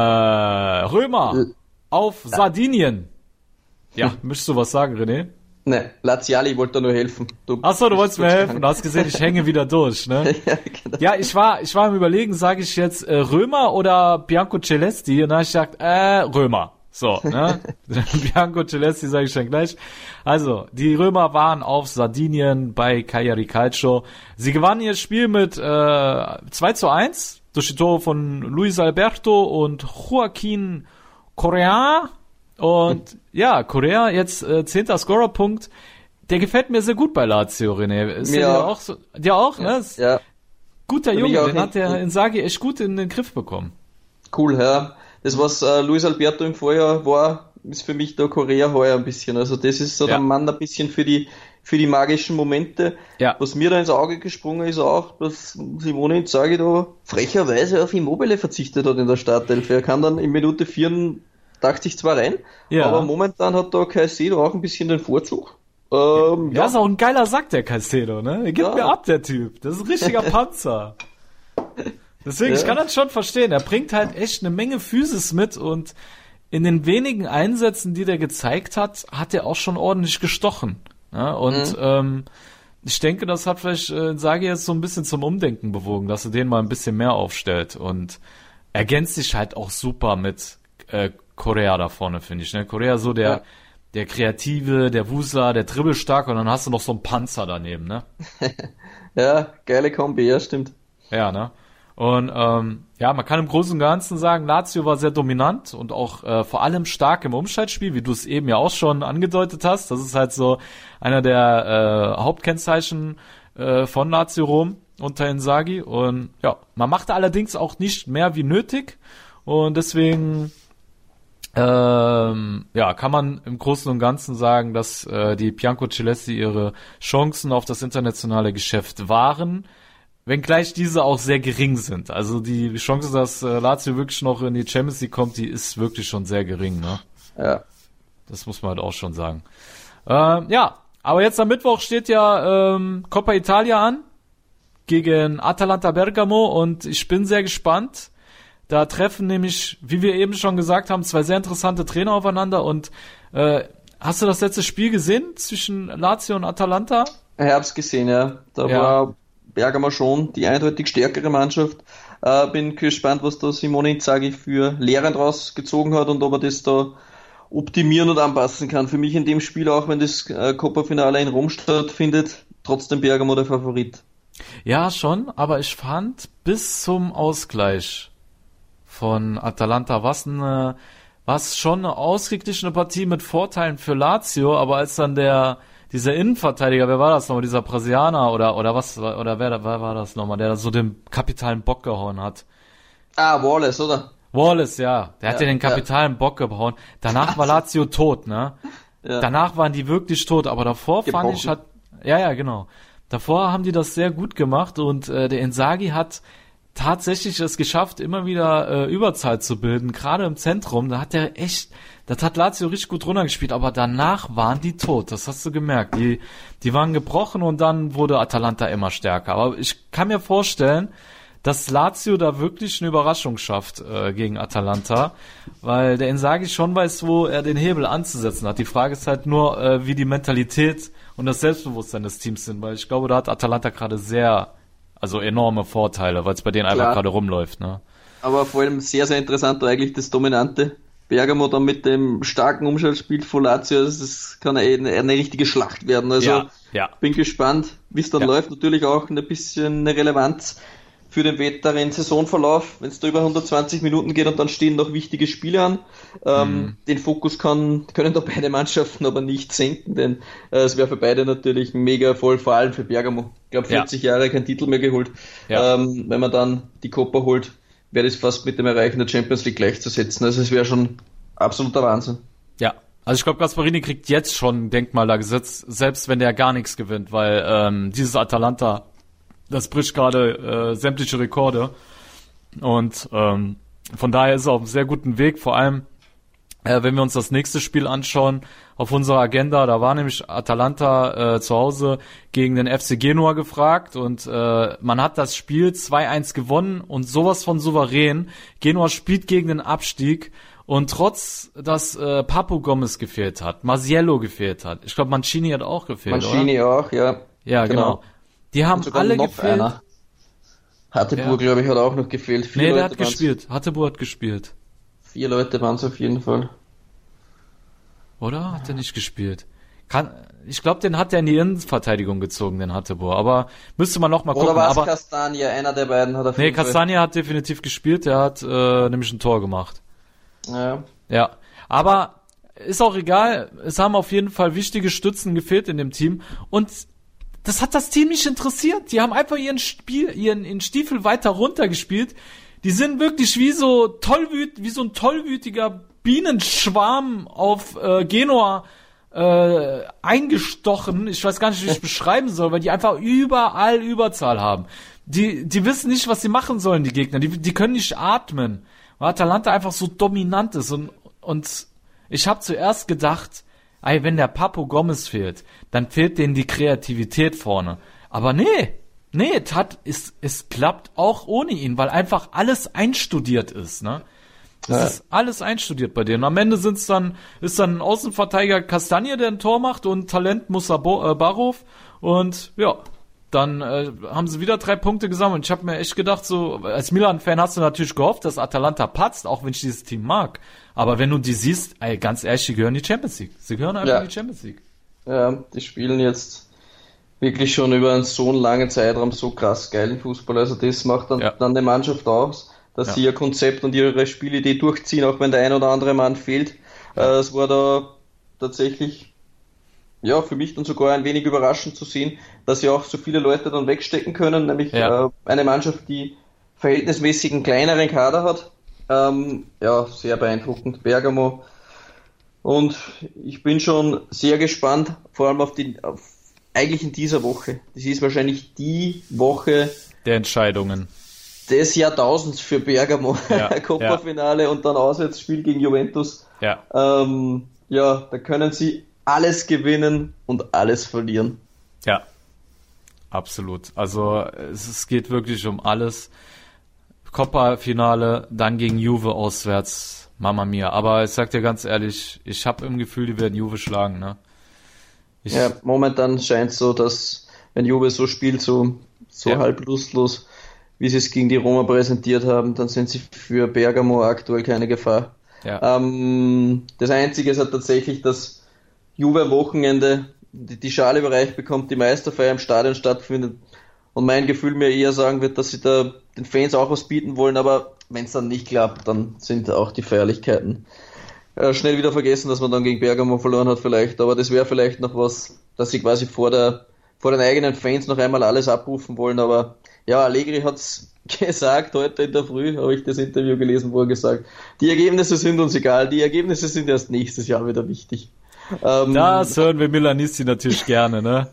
Römer L- auf Sardinien. Ja, möchtest du was sagen, René? Ne, Laziali wollte nur helfen. Du Achso, du bist wolltest mir kurz helfen. gehangen. Du hast gesehen, ich hänge wieder durch, ne? Ja, genau. Ja, ich war, ich war am Überlegen, sage ich jetzt äh, Römer oder Bianco Celesti? Und dann habe ich gesagt, äh, Römer. So, ne? Bianco Celesti sage ich dann gleich. Also, die Römer waren auf Sardinien bei Cagliari Calcio. Sie gewannen ihr Spiel mit äh, zwei zu eins durch die Tore von Luis Alberto und Joaquin Correa. Und ja, Correa jetzt äh, zehnter Scorerpunkt. Der gefällt mir sehr gut bei Lazio, René. Ist Mir der dir auch. auch so? Dir auch, ne? Ist Ja, guter Für mich Junge, auch den hat der hin- Inzaghi echt gut in den Griff bekommen. cool, ja. Das, was äh, Luis Alberto im Vorjahr war, ist für mich der Korea heuer ein bisschen. Also das ist so Ja. der Mann ein bisschen für die für die magischen Momente. Ja. Was mir da ins Auge gesprungen ist auch, dass Simone Inzaghi da frecherweise auf Immobile verzichtet hat in der Startelf. Er kann dann in Minute vierundachtzig zwar rein, Ja. aber momentan hat da Caicedo auch ein bisschen den Vorzug. Ähm, Ja, ist auch ein geiler Sack, der Caicedo, ne? Er gibt Ja. mir ab, der Typ. Das ist ein richtiger Panzer. Deswegen, ich Ja. kann das schon verstehen. Er bringt halt echt eine Menge Physis mit und in den wenigen Einsätzen, die der gezeigt hat, hat er auch schon ordentlich gestochen. Ja, und Mhm. ähm, ich denke, das hat vielleicht äh, Inzaghi jetzt so ein bisschen zum Umdenken bewogen, dass er den mal ein bisschen mehr aufstellt und ergänzt sich halt auch super mit äh, Correa da vorne, finde ich. Ne? Correa so der Ja. der Kreative, der Wusler, der Dribbelstark und dann hast du noch so einen Panzer daneben, ne? ja, geile Kombi, ja, stimmt. Ja, ne? Und ähm, ja, man kann im Großen und Ganzen sagen, Lazio war sehr dominant und auch äh, vor allem stark im Umschaltspiel, wie du es eben ja auch schon angedeutet hast. Das ist halt so einer der äh, Hauptkennzeichen äh, von Lazio Rom unter Inzaghi. Und ja, man machte allerdings auch nicht mehr wie nötig und deswegen ähm, ja, kann man im Großen und Ganzen sagen, dass äh, die Bianco Celesti ihre Chancen auf das internationale Geschäft waren, wenngleich diese auch sehr gering sind. Also die Chance, dass äh, Lazio wirklich noch in die Champions League kommt, die ist wirklich schon sehr gering, ne? Ja. Das muss man halt auch schon sagen. Ähm, ja, aber jetzt am Mittwoch steht ja ähm, Coppa Italia an gegen Atalanta Bergamo und ich bin sehr gespannt. Da treffen nämlich, wie wir eben schon gesagt haben, zwei sehr interessante Trainer aufeinander und äh, hast du das letzte Spiel gesehen zwischen Lazio und Atalanta? Ich hab's gesehen, ja. Da Ja. war Bergamo schon die eindeutig stärkere Mannschaft. Äh, bin gespannt, was da Simone Inzaghi für Lehren rausgezogen hat und ob er das da optimieren und anpassen kann. Für mich in dem Spiel, auch wenn das äh, Coppa-Finale in Rom stattfindet, trotzdem Bergamo der Favorit. Ja, schon, aber ich fand bis zum Ausgleich von Atalanta was eine, was schon eine ausgeglichene Partie mit Vorteilen für Lazio, aber als dann der dieser Innenverteidiger, wer war das nochmal, dieser Brasilianer oder oder was oder wer, wer war das nochmal, der so den kapitalen Bock gehauen hat? Ah, Wallace, oder? Wallace, ja, der hat Ja, ja den kapitalen Bock gehauen. Danach war Lazio tot, ne? Ja. Danach waren die wirklich tot, aber davor fand Gebrochen. ich hat, ja, ja, genau. Davor haben die das sehr gut gemacht und äh, der Inzaghi hat tatsächlich es geschafft, immer wieder äh, Überzahl zu bilden, gerade im Zentrum. Da hat er echt, das hat Lazio richtig gut runtergespielt, aber danach waren die tot, das hast du gemerkt. Die, die waren gebrochen und dann wurde Atalanta immer stärker. Aber ich kann mir vorstellen, dass Lazio da wirklich eine Überraschung schafft äh, gegen Atalanta, weil der Inzaghi schon weiß, wo er den Hebel anzusetzen hat. Die Frage ist halt nur, äh, wie die Mentalität und das Selbstbewusstsein des Teams sind, weil ich glaube, da hat Atalanta gerade sehr, also enorme Vorteile, weil es bei denen einfach Klar. gerade rumläuft, ne? Aber vor allem sehr, sehr interessant war eigentlich das Dominante. Bergamo dann mit dem starken Umschaltspiel von Lazio, also das kann eine, eine richtige Schlacht werden. Also Ja, ja. bin gespannt, wie es dann Ja. läuft. Natürlich auch ein bisschen eine Relevanz für den weiteren Saisonverlauf, wenn es da über hundertzwanzig Minuten geht und dann stehen noch wichtige Spiele an. Ähm, Mhm. Den Fokus kann, können da beide Mannschaften aber nicht senken, denn äh, es wäre für beide natürlich ein mega Erfolg, vor allem für Bergamo. Ich glaube, Ja. vierzig Jahre kein Titel mehr geholt. Ja. Ähm, wenn man dann die Coppa holt, wäre das fast mit dem Erreichen der Champions League gleichzusetzen. Also es wäre schon absoluter Wahnsinn. Ja, also ich glaube, Gasparini kriegt jetzt schon ein Denkmal da gesetzt, selbst wenn der gar nichts gewinnt, weil ähm, dieses Atalanta, das bricht gerade äh, sämtliche Rekorde und ähm, von daher ist er auf einem sehr guten Weg, vor allem Äh, wenn wir uns das nächste Spiel anschauen, auf unserer Agenda, da war nämlich Atalanta äh, zu Hause gegen den F C Genua gefragt und äh, man hat das Spiel zwei eins gewonnen und sowas von souverän. Genua spielt gegen den Abstieg und trotz, dass äh, Papu Gomez gefehlt hat, Masiello gefehlt hat, ich glaube Mancini hat auch gefehlt, Mancini oder? auch, ja. Ja, genau. genau. Die haben alle noch gefehlt. Einer. Hattebur, ja. glaube ich, hat auch noch gefehlt. Vier nee, der Leute hat gespielt. Hattebur hat gespielt. Vier Leute waren es auf jeden Fall. Oder? Hat er nicht gespielt? Kann, ich glaube, den hat er in die Innenverteidigung gezogen, den Hattebur. Aber müsste man noch mal gucken. Oder war es aber Castagna? Einer der beiden hat auf Nee, jeden Fall. Castagna hat definitiv gespielt. Der hat äh, nämlich ein Tor gemacht. Ja. Ja. Aber ist auch egal. Es haben auf jeden Fall wichtige Stützen gefehlt in dem Team. Und das hat das Team nicht interessiert. Die haben einfach ihren Spiel, ihren, ihren Stiefel weiter runtergespielt. Die sind wirklich wie so tollwüt, wie so ein tollwütiger Bienenschwarm auf äh, Genua äh, eingestochen. Ich weiß gar nicht, wie ich es beschreiben soll, weil die einfach überall Überzahl haben. Die, die wissen nicht, was sie machen sollen, die Gegner. Die, die können nicht atmen. Weil Atalanta einfach so dominant ist. Und, und ich habe zuerst gedacht, ey, wenn der Papu Gomez fehlt, dann fehlt denen die Kreativität vorne. Aber nee, nee, es hat, es, es klappt auch ohne ihn, weil einfach alles einstudiert ist, ne? Es ja. ist alles einstudiert bei denen. Am Ende sind's dann, ist dann ein Außenverteidiger Castagna, der ein Tor macht und Talent Musa Bo- äh, Barov. Und ja, dann äh, haben sie wieder drei Punkte gesammelt. Ich habe mir echt gedacht, so als Milan-Fan hast du natürlich gehofft, dass Atalanta patzt, auch wenn ich dieses Team mag. Aber wenn du die siehst, ey, ganz ehrlich, die gehören in die Champions League. Sie gehören einfach ja. in die Champions League. Ja, die spielen jetzt wirklich schon über einen so langen Zeitraum so krass geilen Fußball. Also das macht dann, ja. dann die Mannschaft aus, dass ja. sie ihr Konzept und ihre Spielidee durchziehen, auch wenn der ein oder andere Mann fehlt. Ja. Äh, es war da tatsächlich, ja, für mich dann sogar ein wenig überraschend zu sehen, dass sie auch so viele Leute dann wegstecken können, nämlich ja. äh, eine Mannschaft, die verhältnismäßig einen kleineren Kader hat. Ähm, ja, sehr beeindruckend. Bergamo. Und ich bin schon sehr gespannt, vor allem auf die, auf, eigentlich in dieser Woche. Das ist wahrscheinlich die Woche der Entscheidungen des Jahrtausends für Bergamo. Ja, Coppa-Finale ja. und dann Auswärtsspiel gegen Juventus. Ja. Ähm, ja, da können sie alles gewinnen und alles verlieren. Ja, absolut. Also es, es geht wirklich um alles. Coppa-Finale, dann gegen Juve auswärts. Mamma mia. Aber ich sag dir ganz ehrlich, ich habe im Gefühl, die werden Juve schlagen, ne? Ich ja, momentan scheint es so, dass wenn Juve so spielt, so, so ja. halb lustlos, wie sie es gegen die Roma präsentiert haben, dann sind sie für Bergamo aktuell keine Gefahr. Ja. Ähm, das Einzige ist halt tatsächlich, dass Juve am Wochenende die, die Schale überreicht bekommt, die Meisterfeier im Stadion stattfindet und mein Gefühl mir eher sagen wird, dass sie da den Fans auch was bieten wollen, aber wenn es dann nicht klappt, dann sind auch die Feierlichkeiten äh, schnell wieder vergessen, dass man dann gegen Bergamo verloren hat vielleicht, aber das wäre vielleicht noch was, dass sie quasi vor der vor den eigenen Fans noch einmal alles abrufen wollen, aber ja, Allegri hat's gesagt, heute in der Früh habe ich das Interview gelesen, wo er gesagt, die Ergebnisse sind uns egal, die Ergebnisse sind erst nächstes Jahr wieder wichtig. Ähm, das hören wir Milanisti natürlich gerne, ne?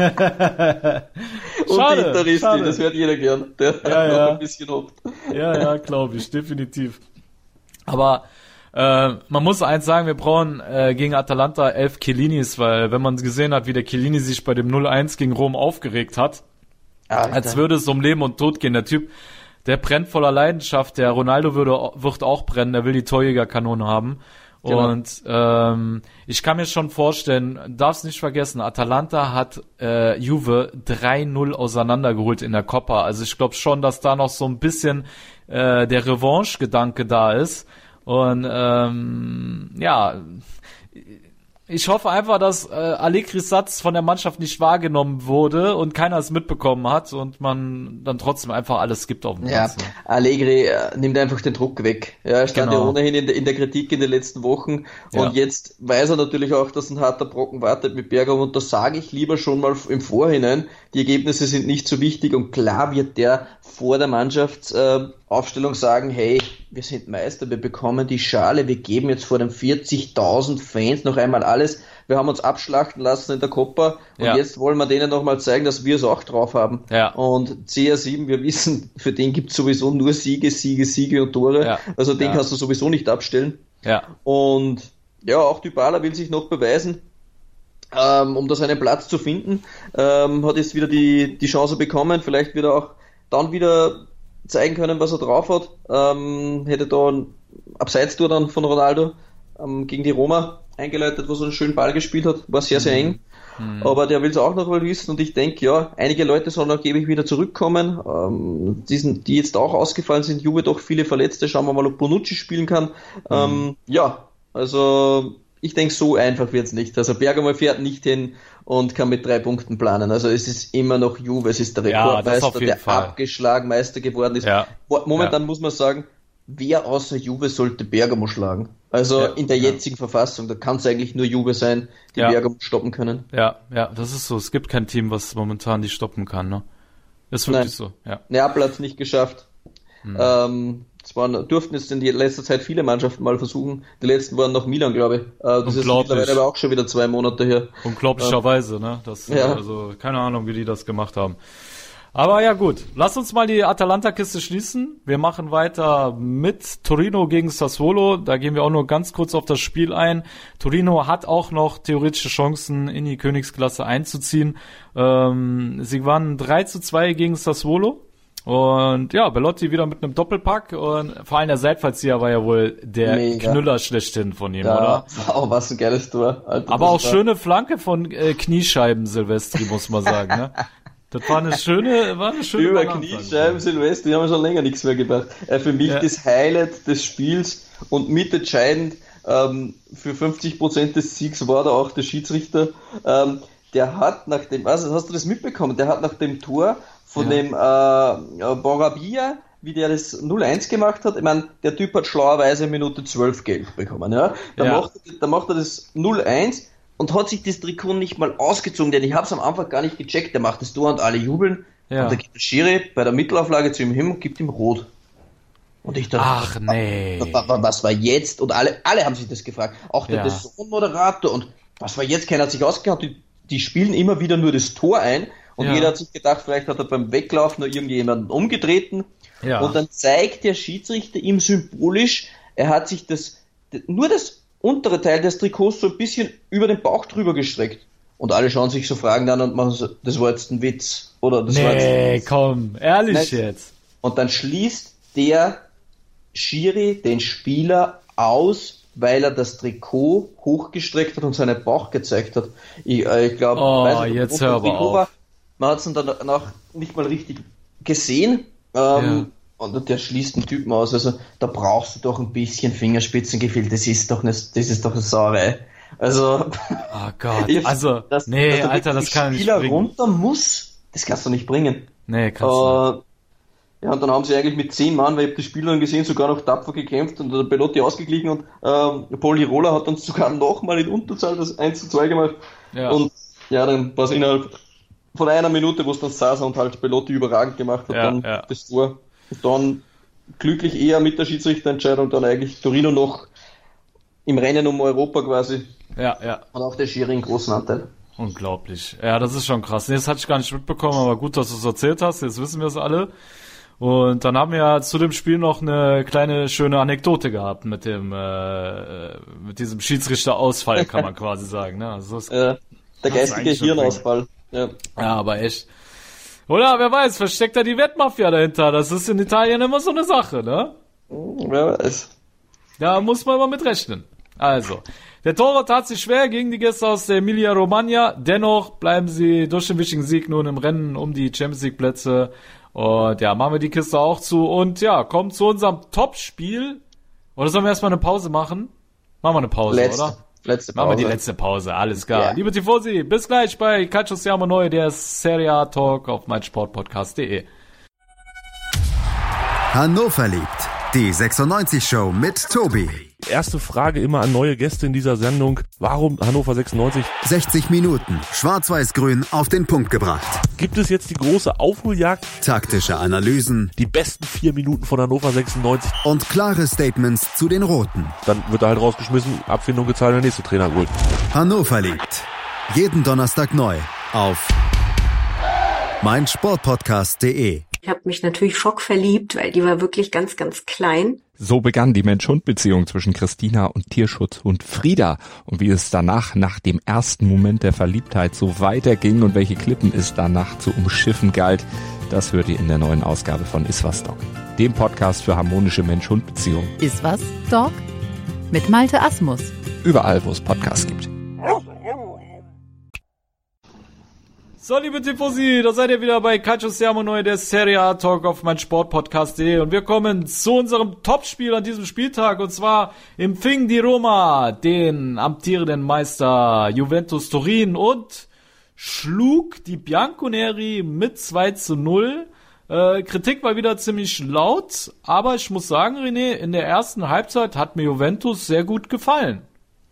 Und schade, die Interisti, schade. Das hört jeder gern, der ja, noch ja. ein bisschen hofft. Ja, ja, glaube ich, definitiv. Aber äh, man muss eins sagen, wir brauchen äh, gegen Atalanta elf Chiellinis, weil wenn man gesehen hat, wie der Chiellini sich bei dem null eins gegen Rom aufgeregt hat, Alter. Als würde es um Leben und Tod gehen. Der Typ, der brennt voller Leidenschaft. Der Ronaldo würde, wird auch brennen. Der will die Torjägerkanone haben. Genau. Und ähm, ich kann mir schon vorstellen, darf's nicht vergessen, Atalanta hat äh, Juve drei null auseinandergeholt in der Coppa. Also ich glaube schon, dass da noch so ein bisschen äh, der Revanche-Gedanke da ist. Und ähm, ja, ich hoffe einfach, dass äh, Allegris Satz von der Mannschaft nicht wahrgenommen wurde und keiner es mitbekommen hat und man dann trotzdem einfach alles gibt auf dem Platz. Ja, Allegri äh, nimmt einfach den Druck weg. Ja, er stand Genau. ja ohnehin in der, in der Kritik in den letzten Wochen Ja. und jetzt weiß er natürlich auch, dass ein harter Brocken wartet mit Bergamo und da sage ich lieber schon mal im Vorhinein, die Ergebnisse sind nicht so wichtig und klar wird der vor der Mannschaftsaufstellung äh, sagen, hey, wir sind Meister, wir bekommen die Schale, wir geben jetzt vor den vierzigtausend Fans noch einmal alles, wir haben uns abschlachten lassen in der Coppa und Ja. jetzt wollen wir denen nochmal zeigen, dass wir es auch drauf haben. Ja. Und C R sieben, wir wissen, für den gibt es sowieso nur Siege, Siege, Siege und Tore, Ja. also den Ja. kannst du sowieso nicht abstellen. Ja. Und ja, auch Dybala will sich noch beweisen, ähm, um da seinen Platz zu finden. Ähm, hat jetzt wieder die, die Chance bekommen. Vielleicht wird er auch dann wieder zeigen können, was er drauf hat. Ähm, hätte da ein Abseits-Tor dann von Ronaldo ähm, gegen die Roma eingeleitet, wo so einen schönen Ball gespielt hat. War sehr, sehr eng. Mhm. Aber der will es auch noch mal wissen und ich denke, ja, einige Leute sollen angeblich wieder zurückkommen, ähm, diesen, die jetzt auch ausgefallen sind, Juve doch viele Verletzte, schauen wir mal, ob Bonucci spielen kann. Mhm. Ähm, ja, also ich denke, so einfach wird's nicht. Also Bergamo fährt nicht hin und kann mit drei Punkten planen. Also es ist immer noch Juve, es ist der Rekordmeister, ja, der Fall. abgeschlagen Meister geworden ist. Ja. Momentan ja. muss man sagen, wer außer Juve sollte Bergamo schlagen? Also ja, in der jetzigen ja. Verfassung, da kann es eigentlich nur Juve sein, die ja. Bergamo stoppen können. Ja, ja, das ist so. Es gibt kein Team, was momentan die stoppen kann, ne? Ist wirklich Nein. so, ja. Neapel hat es nicht geschafft. Hm. Ähm, es waren, durften jetzt in der letzter Zeit viele Mannschaften mal versuchen. Die letzten waren noch Milan, glaube ich. Äh, das ist mittlerweile aber auch schon wieder zwei Monate her. Unglaublicherweise, ähm, ne? Das, ja. Also keine Ahnung, wie die das gemacht haben. Aber ja gut, lass uns mal die Atalanta-Kiste schließen. Wir machen weiter mit Torino gegen Sassuolo. Da gehen wir auch nur ganz kurz auf das Spiel ein. Torino hat auch noch theoretische Chancen, in die Königsklasse einzuziehen. Ähm, sie waren drei zu zwei gegen Sassuolo. Und ja, Belotti wieder mit einem Doppelpack. Und vor allem der Seitfallzieher war ja wohl der Mega. Knüller schlechthin von ihm, ja, oder? Wow, was ein geiles Tor. Alter, aber auch schöne Flanke von äh, Kniescheiben Silvestri, muss man sagen, ne? Das war eine schöne, war eine schöne Über Kniescheiben, Silvester, die haben schon länger nichts mehr gemacht. Äh, für mich ja. das Highlight des Spiels und mitentscheidend ähm, für fünfzig Prozent des Siegs war da auch der Schiedsrichter. Ähm, der hat nach dem, also hast du das mitbekommen? Der hat nach dem Tor von ja. dem äh, Borabia, wie der das null eins gemacht hat, ich meine, der Typ hat schlauerweise Minute zwölf Geld bekommen. Ja? Da, ja. Macht, da macht er das null eins. Und hat sich das Trikot nicht mal ausgezogen, denn ich habe es am Anfang gar nicht gecheckt. Der macht das Tor und alle jubeln. Ja. Und da gibt der Schiri bei der Mittelauflage zu ihm hin und gibt ihm rot. Und ich dachte, ach nee. Was, was war jetzt? Und alle, alle haben sich das gefragt. Auch der, ja. der Sohn-Moderator. Und was war jetzt? Keiner hat sich ausgekannt. Die, die spielen immer wieder nur das Tor ein. Und ja. jeder hat sich gedacht, vielleicht hat er beim Weglaufen noch irgendjemanden umgetreten. Ja. Und dann zeigt der Schiedsrichter ihm symbolisch, er hat sich das, nur das untere Teil des Trikots so ein bisschen über den Bauch drüber gestreckt. Und alle schauen sich so Fragen an und machen so, das war jetzt ein Witz. Oder das nee, war jetzt ein Witz. Komm, ehrlich Nein. jetzt. Und dann schließt der Schiri den Spieler aus, weil er das Trikot hochgestreckt hat und seinen Bauch gezeigt hat. Ich, äh, ich glaube, oh, jetzt hör aber auf. War, man hat es dann danach nicht mal richtig gesehen. Ähm, ja. Und der schließt den Typen aus, also da brauchst du doch ein bisschen Fingerspitzengefühl, das ist doch eine, das ist doch eine Sauerei. Also, oh Gott, also, das, nee, dass Alter, das kann nicht bringen. Runter muss, das kannst du nicht bringen. Nee, kannst du äh, nicht. Ja, und dann haben sie eigentlich mit zehn Mann, weil ich habe die Spieler gesehen, sogar noch tapfer gekämpft und der Belotti ausgeglichen und ähm, Paul Lirola hat dann sogar nochmal in Unterzahl das eins zu zwei gemacht. Ja. Und ja, dann war es innerhalb von einer Minute, wo es dann saß und halt Belotti überragend gemacht hat, ja, dann ja. das Tor. Und dann glücklich eher mit der Schiedsrichterentscheidung dann eigentlich Torino noch im Rennen um Europa quasi. Ja, ja. Und auch der Schiri einen großen Anteil. Unglaublich. Ja, das ist schon krass. Nee, das hatte ich gar nicht mitbekommen, aber gut, dass du es erzählt hast. Jetzt wissen wir es alle. Und dann haben wir ja zu dem Spiel noch eine kleine schöne Anekdote gehabt mit dem äh, mit diesem Schiedsrichterausfall, kann man quasi sagen. Ne? Also das, ja, der geistige Hirnausfall. Ja. ja, aber echt. Oder, wer weiß, versteckt da die Wettmafia dahinter? Das ist in Italien immer so eine Sache, ne? Wer weiß. Da muss man mal mit rechnen. Also, der Torwart tat sich schwer gegen die Gäste aus der Emilia-Romagna. Dennoch bleiben sie durch den wichtigen Sieg nun im Rennen um die Champions League Plätze. Und ja, machen wir die Kiste auch zu. Und ja, kommen zu unserem Topspiel. Oder sollen wir erstmal eine Pause machen? Machen wir eine Pause, Letzte. oder? Letzte Pause. Machen wir die letzte Pause, alles klar. Yeah. Liebe Tifosi, bis gleich bei Calcio Siamo Neu, der Serie A Talk auf meinsportpodcast punkt de. Hannover liebt die sechsundneunzig Show mit Tobi. Erste Frage immer an neue Gäste in dieser Sendung. Warum Hannover sechsundneunzig? sechzig Minuten, schwarz-weiß-grün auf den Punkt gebracht. Gibt es jetzt die große Aufholjagd? Taktische Analysen. Die besten vier Minuten von Hannover sechsundneunzig. Und klare Statements zu den Roten. Dann wird er halt rausgeschmissen, Abfindung gezahlt, der nächste Trainer geholt. Hannover liebt. Jeden Donnerstag neu auf meinsportpodcast punkt de. Ich habe mich natürlich schockverliebt, weil die war wirklich ganz, ganz klein. So begann die Mensch-Hund-Beziehung zwischen Christina und Tierschutzhund Frieda. Und wie es danach, nach dem ersten Moment der Verliebtheit, so weiterging und welche Klippen es danach zu umschiffen galt, das hört ihr in der neuen Ausgabe von Iswas Dog, dem Podcast für harmonische Mensch-Hund-Beziehungen. Iswas Dog mit Malte Asmus. Überall, wo es Podcasts gibt. So, liebe Tifosi, da seid ihr wieder bei Calcio Siamo Noi, der Serie A Talk auf meinsportpodcast punkt de, und wir kommen zu unserem Topspiel an diesem Spieltag, und zwar empfing die Roma den amtierenden Meister Juventus Turin und schlug die Bianconeri mit zwei zu null. Äh, Kritik war wieder ziemlich laut, aber ich muss sagen, René, in der ersten Halbzeit hat mir Juventus sehr gut gefallen.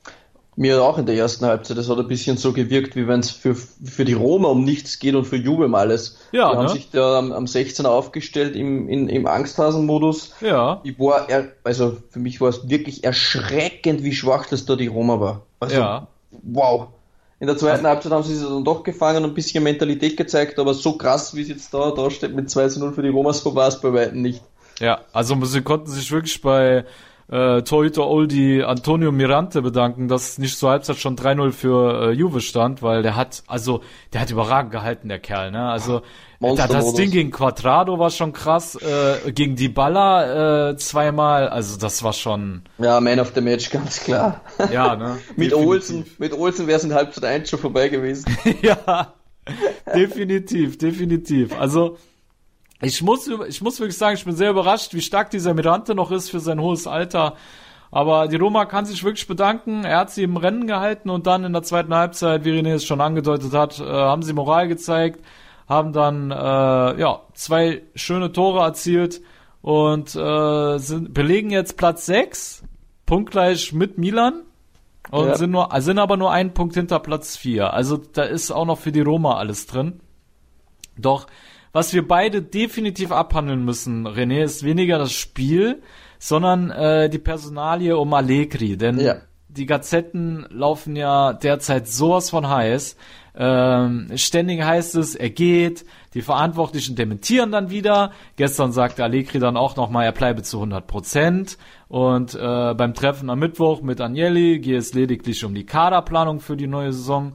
Mir auch in der ersten Halbzeit. Es hat ein bisschen so gewirkt, wie wenn es für, für die Roma um nichts geht und für Juve um alles. Ja, die haben ne? sich da am, am sechzehner aufgestellt im, in, im Angsthasen-Modus. Ja. Ich war, also für mich war es wirklich erschreckend, wie schwach das da die Roma war. Also, ja. Wow. In der zweiten Halbzeit haben sie sich dann doch gefangen und ein bisschen Mentalität gezeigt, aber so krass, wie es jetzt da, da steht mit zwei zu null für die Roma, so war es bei weitem nicht. Ja, also sie konnten sich wirklich bei Äh, Torhüter Oldie Antonio Mirante bedanken, dass nicht zur Halbzeit schon drei null für äh, Juve stand, weil der hat, also, der hat überragend gehalten, der Kerl, ne, also, da, das Ding gegen Quadrado war schon krass, äh, gegen Dybala, äh, zweimal, also, das war schon... Ja, Man of the Match, ganz klar. Ja, ne. mit Olsen, mit Olsen wäre es in Halbzeit eins schon vorbei gewesen. Ja, definitiv, definitiv, also, Ich muss, ich muss wirklich sagen, ich bin sehr überrascht, wie stark dieser Mirante noch ist für sein hohes Alter. Aber die Roma kann sich wirklich bedanken. Er hat sie im Rennen gehalten und dann in der zweiten Halbzeit, wie René es schon angedeutet hat, äh, haben sie Moral gezeigt, haben dann äh, ja zwei schöne Tore erzielt und äh, sind, belegen jetzt Platz sechs, punktgleich mit Milan. Und ja. sind nur, sind aber nur einen Punkt hinter Platz vier. Also da ist auch noch für die Roma alles drin. Doch was wir beide definitiv abhandeln müssen, René, ist weniger das Spiel, sondern äh, die Personalie um Allegri. Denn ja. die Gazetten laufen ja derzeit sowas von heiß. Ähm, ständig heißt es, er geht, die Verantwortlichen dementieren dann wieder. Gestern sagte Allegri dann auch nochmal, er bleibe zu hundert Prozent. Und äh, beim Treffen am Mittwoch mit Agnelli gehe es lediglich um die Kaderplanung für die neue Saison.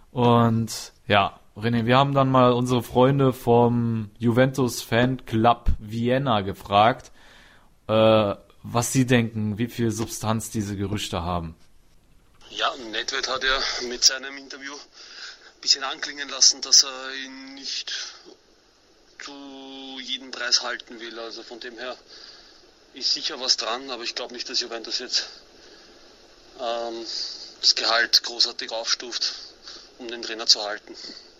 Und ja, René, wir haben dann mal unsere Freunde vom Juventus Fanclub Vienna gefragt, äh, was sie denken, wie viel Substanz diese Gerüchte haben. Ja, Nedved hat ja mit seinem Interview ein bisschen anklingen lassen, dass er ihn nicht zu jedem Preis halten will. Also von dem her ist sicher was dran, aber ich glaube nicht, dass Juventus jetzt ähm, das Gehalt großartig aufstuft, um den Trainer zu halten.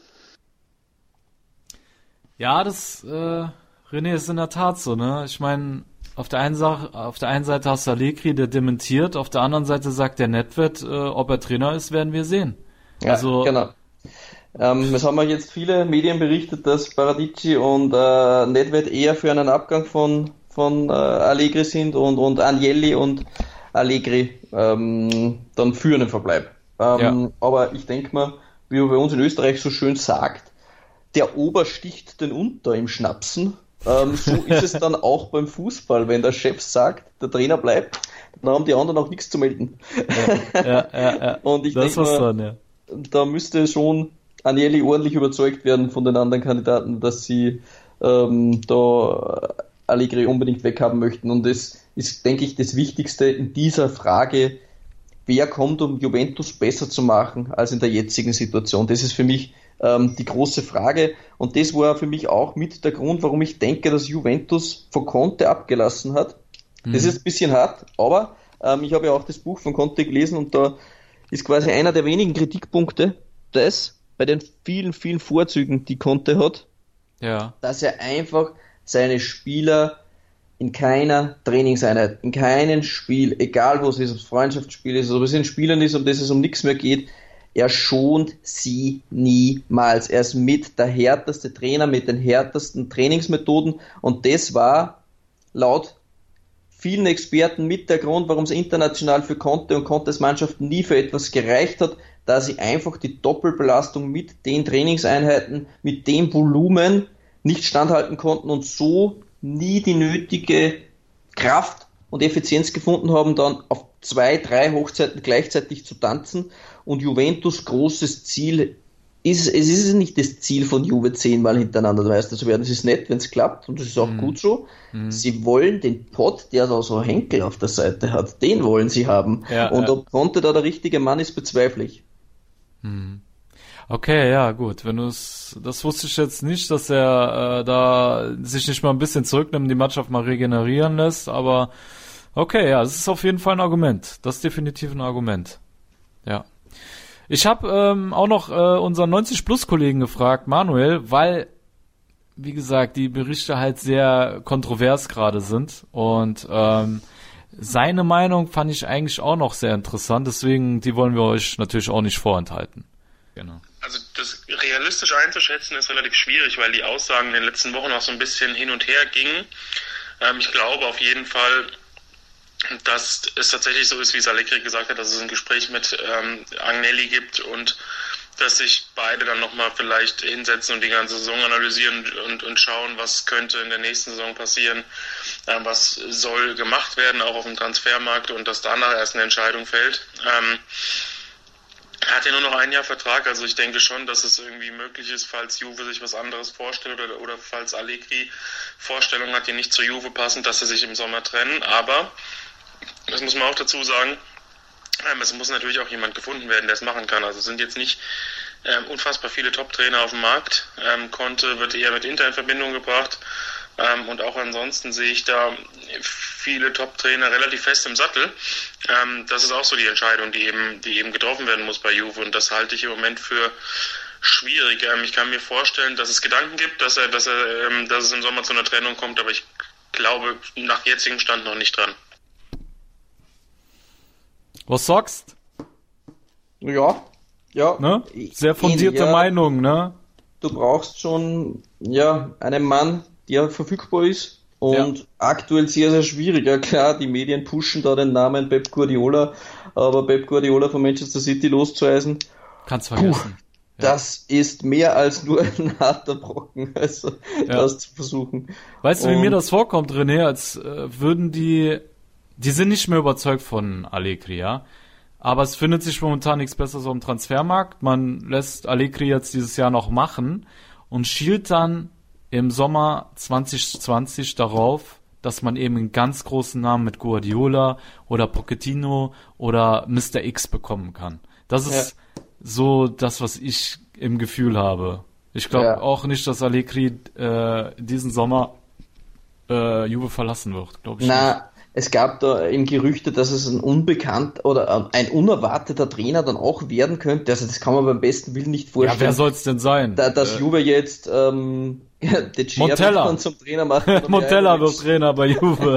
Ja, das, äh, René, ist in der Tat so, ne? Ich meine, auf der einen Sache, auf der einen Seite hast du Allegri, der dementiert, auf der anderen Seite sagt der Nedved, äh, ob er Trainer ist, werden wir sehen. Ja, also, genau. Ähm, es haben ja jetzt viele Medien berichtet, dass Paratici und äh, Nedved eher für einen Abgang von von äh, Allegri sind und und Agnelli und Allegri ähm, dann für einen Verbleib. Ähm, ja. Aber ich denke mal, wie man bei uns in Österreich so schön sagt, der Ober sticht den Unter im Schnapsen. Ähm, so ist es dann auch beim Fußball. Wenn der Chef sagt, der Trainer bleibt, dann haben die anderen auch nichts zu melden. Ja, ja, ja, ja. Und ich denke mal, dann, ja. da müsste schon Agnelli ordentlich überzeugt werden von den anderen Kandidaten, dass sie ähm, da Allegri unbedingt weghaben möchten. Und das ist, denke ich, das Wichtigste in dieser Frage, wer kommt, um Juventus besser zu machen als in der jetzigen Situation. Das ist für mich ähm, die große Frage, und das war für mich auch mit der Grund, warum ich denke, dass Juventus von Conte abgelassen hat. Mhm. Das ist ein bisschen hart, aber ähm, ich habe ja auch das Buch von Conte gelesen, und da ist quasi einer der wenigen Kritikpunkte, das bei den vielen, vielen Vorzügen, die Conte hat, ja, dass er einfach seine Spieler in keiner Trainingseinheit, in keinem Spiel, egal wo es ist, ob es Freundschaftsspiel ist, ob es in Spielern ist, um das es um nichts mehr geht, er schont sie niemals. Er ist mit der härteste Trainer, mit den härtesten Trainingsmethoden, und das war laut vielen Experten mit der Grund, warum es international für Conte und Contes Mannschaft nie für etwas gereicht hat, da sie einfach die Doppelbelastung mit den Trainingseinheiten, mit dem Volumen nicht standhalten konnten und so nie die nötige Kraft und Effizienz gefunden haben, dann auf zwei, drei Hochzeiten gleichzeitig zu tanzen. Und Juventus großes Ziel ist, es ist nicht das Ziel von Juve zehnmal hintereinander Meister zu werden. Es ist nett, wenn es klappt, und das ist auch mhm. gut so. Mhm. Sie wollen den Pott, der da so Henkel auf der Seite hat, den wollen sie haben. Ja, und ja. ob Conte da der richtige Mann ist, bezweifle ich. Mhm. Okay, ja, gut. Wenn du es, das wusste ich jetzt nicht, dass er äh, da sich nicht mal ein bisschen zurücknimmt, die Mannschaft mal regenerieren lässt, aber okay, ja, das ist auf jeden Fall ein Argument. Das ist definitiv ein Argument. Ja. Ich habe ähm, auch noch äh, unseren neunzig-Plus-Kollegen gefragt, Manuel, weil, wie gesagt, die Berichte halt sehr kontrovers gerade sind und ähm, seine Meinung fand ich eigentlich auch noch sehr interessant, deswegen die wollen wir euch natürlich auch nicht vorenthalten. Genau. Also das realistisch einzuschätzen ist relativ schwierig, weil die Aussagen in den letzten Wochen auch so ein bisschen hin und her gingen. Ähm, ich glaube auf jeden Fall, dass es tatsächlich so ist, wie es Allegri gesagt hat, dass es ein Gespräch mit ähm, Agnelli gibt und dass sich beide dann nochmal vielleicht hinsetzen und die ganze Saison analysieren und, und schauen, was könnte in der nächsten Saison passieren, ähm, was soll gemacht werden, auch auf dem Transfermarkt, und dass danach erst eine Entscheidung fällt. Ähm, Er hat ja nur noch ein Jahr Vertrag, also ich denke schon, dass es irgendwie möglich ist, falls Juve sich was anderes vorstellt oder, oder falls Allegri Vorstellungen hat, die nicht zur Juve passen, dass sie sich im Sommer trennen. Aber, das muss man auch dazu sagen, es muss natürlich auch jemand gefunden werden, der es machen kann. Also es sind jetzt nicht ähm, unfassbar viele Top-Trainer auf dem Markt. Ähm, Conte wird eher mit Inter in Verbindung gebracht. Ähm, und auch ansonsten sehe ich da viele Top-Trainer relativ fest im Sattel. Ähm, das ist auch so die Entscheidung, die eben, die eben getroffen werden muss bei Juve, und das halte ich im Moment für schwierig. Ähm, ich kann mir vorstellen, dass es Gedanken gibt, dass er, dass er, ähm, dass es im Sommer zu einer Trennung kommt, aber ich glaube nach jetzigem Stand noch nicht dran. Was sagst? Ja, ja. Ne? Sehr fundierte ja. Meinung, ne? Du brauchst schon, ja, einen Mann, der verfügbar ist. Und ja. aktuell sehr, sehr schwierig. Ja klar, die Medien pushen da den Namen Pep Guardiola, aber Pep Guardiola von Manchester City loszueisen, kannst vergessen. Puh, ja. Das ist mehr als nur ein harter Brocken, also ja. das zu versuchen. Weißt du, wie Und, mir das vorkommt, René, als äh, würden die, die sind nicht mehr überzeugt von Allegri, ja. Aber es findet sich momentan nichts Besseres auf dem Transfermarkt. Man lässt Allegri jetzt dieses Jahr noch machen und schielt dann im Sommer zwanzig zwanzig darauf, dass man eben einen ganz großen Namen mit Guardiola oder Pochettino oder Mister X bekommen kann. Das ist ja. so das, was ich im Gefühl habe. Ich glaube ja. auch nicht, dass Allegri äh, diesen Sommer äh, Juve verlassen wird. Glaub ich Na, nicht. Es gab da eben Gerüchte, dass es ein unbekannt oder ein unerwarteter Trainer dann auch werden könnte. Also das kann man beim besten Willen nicht vorstellen. Ja, wer soll es denn sein? Da, dass äh, Juve jetzt ähm, De Gea Montella zum Trainer macht. Montella wird Trainer bei Juve.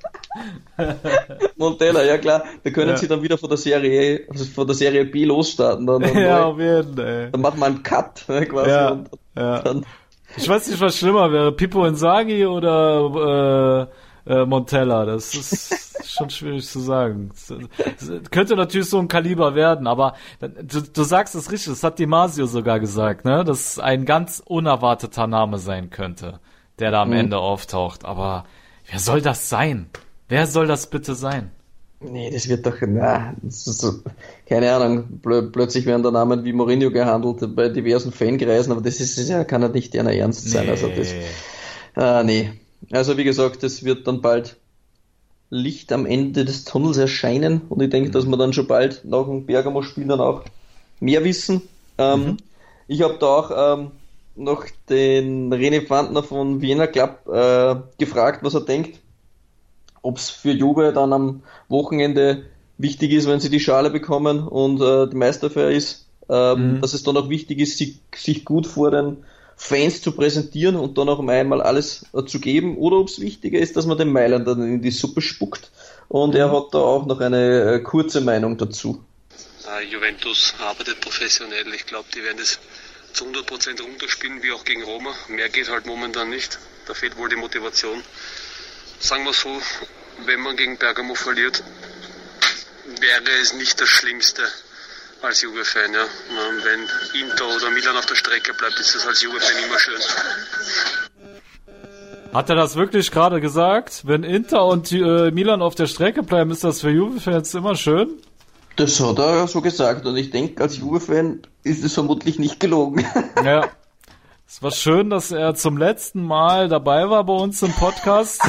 Montella, ja klar. Da können ja. sie dann wieder von der Serie also von der Serie B losstarten. Dann, dann ja, auf jeden Fall. Dann machen wir einen Cut ne, quasi. Ja, und ja. Dann ich weiß nicht, was schlimmer wäre. Pippo Inzaghi oder äh, Äh, Montella, das ist schon schwierig zu sagen. Das könnte natürlich so ein Kaliber werden, aber du, du sagst es richtig, das hat Di Marzio sogar gesagt, ne, dass ein ganz unerwarteter Name sein könnte, der da am mhm. Ende auftaucht. Aber wer soll das sein? Wer soll das bitte sein? Nee, das wird doch, na, das ist so, keine Ahnung, plö- plötzlich werden da Namen wie Mourinho gehandelt bei diversen Fankreisen, aber das ist ja, kann ja nicht einer ernst sein. Nee. Also das, äh, nee. Also wie gesagt, es wird dann bald Licht am Ende des Tunnels erscheinen und ich denke, dass wir dann schon bald nach dem Bergamo-Spiel dann auch mehr wissen. Ähm, mhm. Ich habe da auch ähm, noch den René Pfandner von Vienna Club äh, gefragt, was er denkt, ob es für Juve dann am Wochenende wichtig ist, wenn sie die Schale bekommen und äh, die Meisterfeier ist, ähm, mhm. dass es dann auch wichtig ist, sich, sich gut vor den Fans zu präsentieren und dann auch einmal alles äh, zu geben, oder ob es wichtiger ist, dass man den Mailand dann in die Suppe spuckt. Und mhm. er hat da auch noch eine äh, kurze Meinung dazu. Uh, Juventus arbeitet professionell. Ich glaube, die werden das zu hundert Prozent runterspielen, wie auch gegen Roma. Mehr geht halt momentan nicht. Da fehlt wohl die Motivation. Sagen wir so, wenn man gegen Bergamo verliert, wäre es nicht das Schlimmste als Juve-Fan, ja. Wenn Inter oder Milan auf der Strecke bleibt, ist das als Juve-Fan immer schön. Hat er das wirklich gerade gesagt? Wenn Inter und äh, Milan auf der Strecke bleiben, ist das für Juve-Fans immer schön? Das hat er so gesagt und ich denke, als Juve-Fan ist es vermutlich nicht gelogen. Ja. Es war schön, dass er zum letzten Mal dabei war bei uns im Podcast.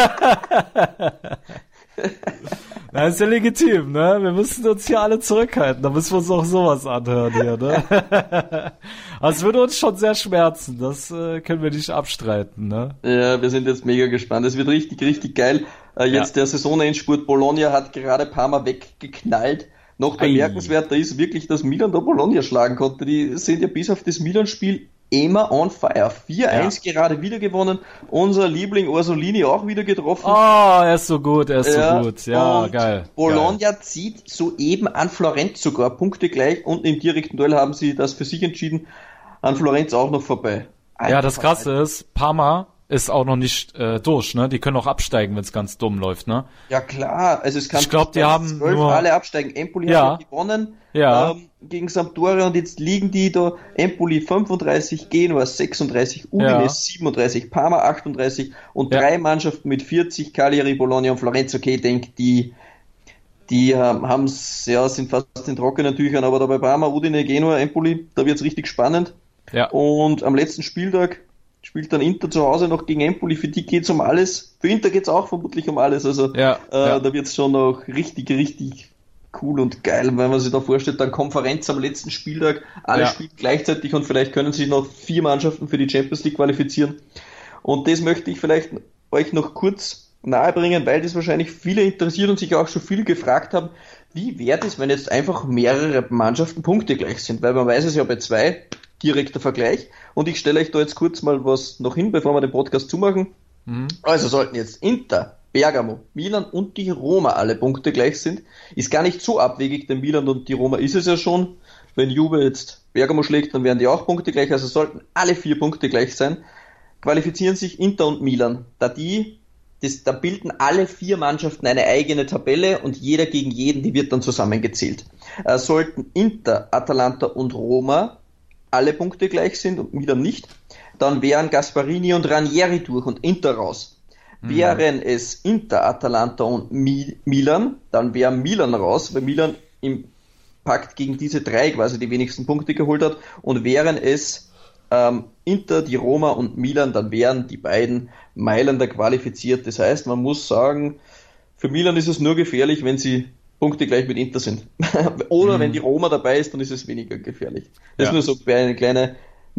Na, ist ja legitim, ne? Wir müssen uns hier alle zurückhalten. Da müssen wir uns auch sowas anhören hier, ne? Das würde uns schon sehr schmerzen. Das äh, können wir nicht abstreiten, ne? Ja, wir sind jetzt mega gespannt. Es wird richtig, richtig geil. Äh, jetzt ja. Der Saisonendspurt. Bologna hat gerade Parma weggeknallt. Noch bemerkenswerter ist wirklich, dass Milan da Bologna schlagen konnte. Die sind ja bis auf das Milan-Spiel immer on fire. vier eins ja. Gerade wieder gewonnen. Unser Liebling Orsolini auch wieder getroffen. Oh, er ist so gut, er ist ja, so gut. Ja, geil. Bologna geil. zieht soeben an Florenz sogar Punkte gleich und im direkten Duell haben sie das für sich entschieden. An Florenz auch noch vorbei. Einfach ja, das Krasse ist, Parma ist auch noch nicht äh, durch, ne? Die können auch absteigen, wenn es ganz dumm läuft, ne? Ja klar, also es kann ich glaube, die haben zwölf nur alle absteigen. Empoli ja. hat ja gewonnen ja. ähm, gegen Sampdoria und jetzt liegen die da. Empoli fünfunddreißig, Genua sechsunddreißig, Udine ja. siebenunddreißig, Parma achtunddreißig und ja. drei Mannschaften mit vierzig, Cagliari, Bologna und Florenz. Okay, ich denke, die die ähm, haben's, ja, sind fast in trockenen Tüchern, aber da bei Parma, Udine, Genua, Empoli, da wird's richtig spannend. Ja. Und am letzten Spieltag spielt dann Inter zu Hause noch gegen Empoli, für die geht's um alles. Für Inter geht's auch vermutlich um alles, also ja, äh, ja. da wird's schon noch richtig, richtig cool und geil, wenn man sich da vorstellt, dann Konferenz am letzten Spieltag, alle ja. spielen gleichzeitig und vielleicht können sich noch vier Mannschaften für die Champions League qualifizieren. Und das möchte ich vielleicht euch noch kurz nahebringen, weil das wahrscheinlich viele interessiert und sich auch schon viel gefragt haben, wie wäre das, wenn jetzt einfach mehrere Mannschaften Punkte gleich sind, weil man weiß es ja bei zwei, direkter Vergleich. Und ich stelle euch da jetzt kurz mal was noch hin, bevor wir den Podcast zumachen. Mhm. Also sollten jetzt Inter, Bergamo, Milan und die Roma alle Punkte gleich sind. Ist gar nicht so abwegig, denn Milan und die Roma ist es ja schon. Wenn Juve jetzt Bergamo schlägt, dann wären die auch Punkte gleich. Also sollten alle vier Punkte gleich sein. Qualifizieren sich Inter und Milan. Da die, das, da bilden alle vier Mannschaften eine eigene Tabelle und jeder gegen jeden, die wird dann zusammengezählt. Äh, sollten Inter, Atalanta und Roma alle Punkte gleich sind und Milan nicht, dann wären Gasparini und Ranieri durch und Inter raus. Mhm. Wären es Inter, Atalanta und Mi- Milan, dann wäre Milan raus, weil Milan im Pakt gegen diese drei quasi die wenigsten Punkte geholt hat, und wären es ähm, Inter, die Roma und Milan, dann wären die beiden Mailänder qualifiziert. Das heißt, man muss sagen, für Milan ist es nur gefährlich, wenn sie Punkte gleich mit Inter sind. Oder mhm. wenn die Roma dabei ist, dann ist es weniger gefährlich. Das ja. ist nur so eine kleine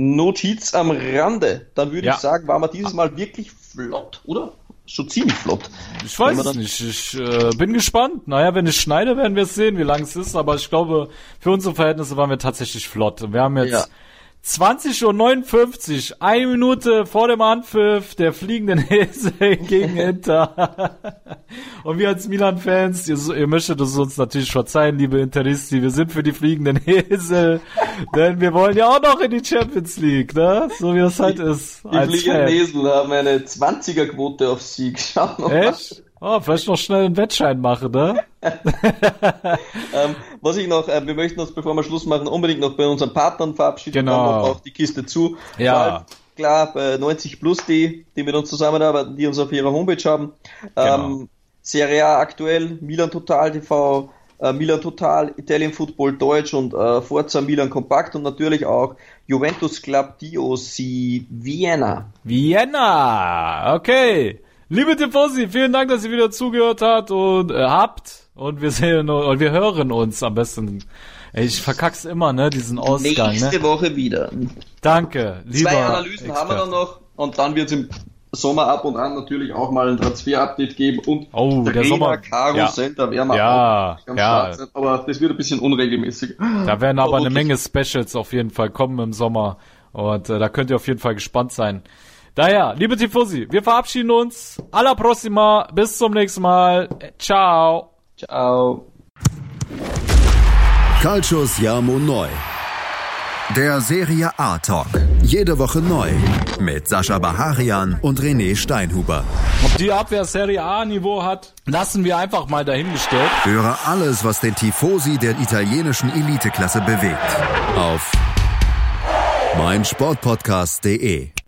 Notiz am Rande. Dann würde ja. ich sagen, waren wir dieses Mal wirklich flott, oder? Schon ziemlich flott. Ich weiß es nicht. Ich äh, bin gespannt. Naja, wenn ich schneide, werden wir es sehen, wie lang es ist. Aber ich glaube, für unsere Verhältnisse waren wir tatsächlich flott. Wir haben jetzt ja. zwanzig Uhr neunundfünfzig, eine Minute vor dem Anpfiff der fliegenden Esel gegen Inter. Und wir als Milan-Fans, ihr, ihr möchtet es uns natürlich verzeihen, liebe Interisti, wir sind für die fliegenden Esel, denn wir wollen ja auch noch in die Champions League, ne? So wie das halt die, ist. Die fliegenden Esel haben eine zwanziger-Quote auf Sieg. Schauen wir mal. Echt? Oh, vielleicht noch schnell einen Wettschein machen, ne? ähm, was ich noch, äh, wir möchten uns, bevor wir Schluss machen, unbedingt noch bei unseren Partnern verabschieden. Genau. Dann noch auch die Kiste zu. Ja. Weil, klar, bei neunzig plus die, die mit uns zusammenarbeiten, die uns auf ihrer Homepage haben. Genau. Ähm, Serie A aktuell, Milan Total T V, äh, Milan Total, Italian Football Deutsch und äh, Forza Milan Kompakt und natürlich auch Juventus Club D O C Vienna. Vienna, okay. Liebe Tifosi, vielen Dank, dass ihr wieder zugehört habt und äh, habt und wir sehen und wir hören uns am besten. Ey, ich verkack's immer, ne, diesen Ausgang. Nächste ne? Woche wieder. Danke, lieber Zwei Analysen Experte. Haben wir dann noch und dann wird's im Sommer ab und an natürlich auch mal ein Transfer-Update geben und oh, der Sommer Karussell, ja. Da werden wir ja, auch ganz ja. sein, aber das wird ein bisschen unregelmäßig. Da werden aber, aber eine wirklich. Menge Specials auf jeden Fall kommen im Sommer und äh, da könnt ihr auf jeden Fall gespannt sein. Daher, liebe Tifosi, wir verabschieden uns. Alla prossima, bis zum nächsten Mal. Ciao. Ciao. Calcio Siamo Neu. Der Serie A Talk. Jede Woche neu. Mit Sascha Baharian und René Steinhuber. Ob die Abwehr Serie A Niveau hat, lassen wir einfach mal dahingestellt. Höre alles, was den Tifosi der italienischen Eliteklasse bewegt. Auf meinsportpodcast punkt de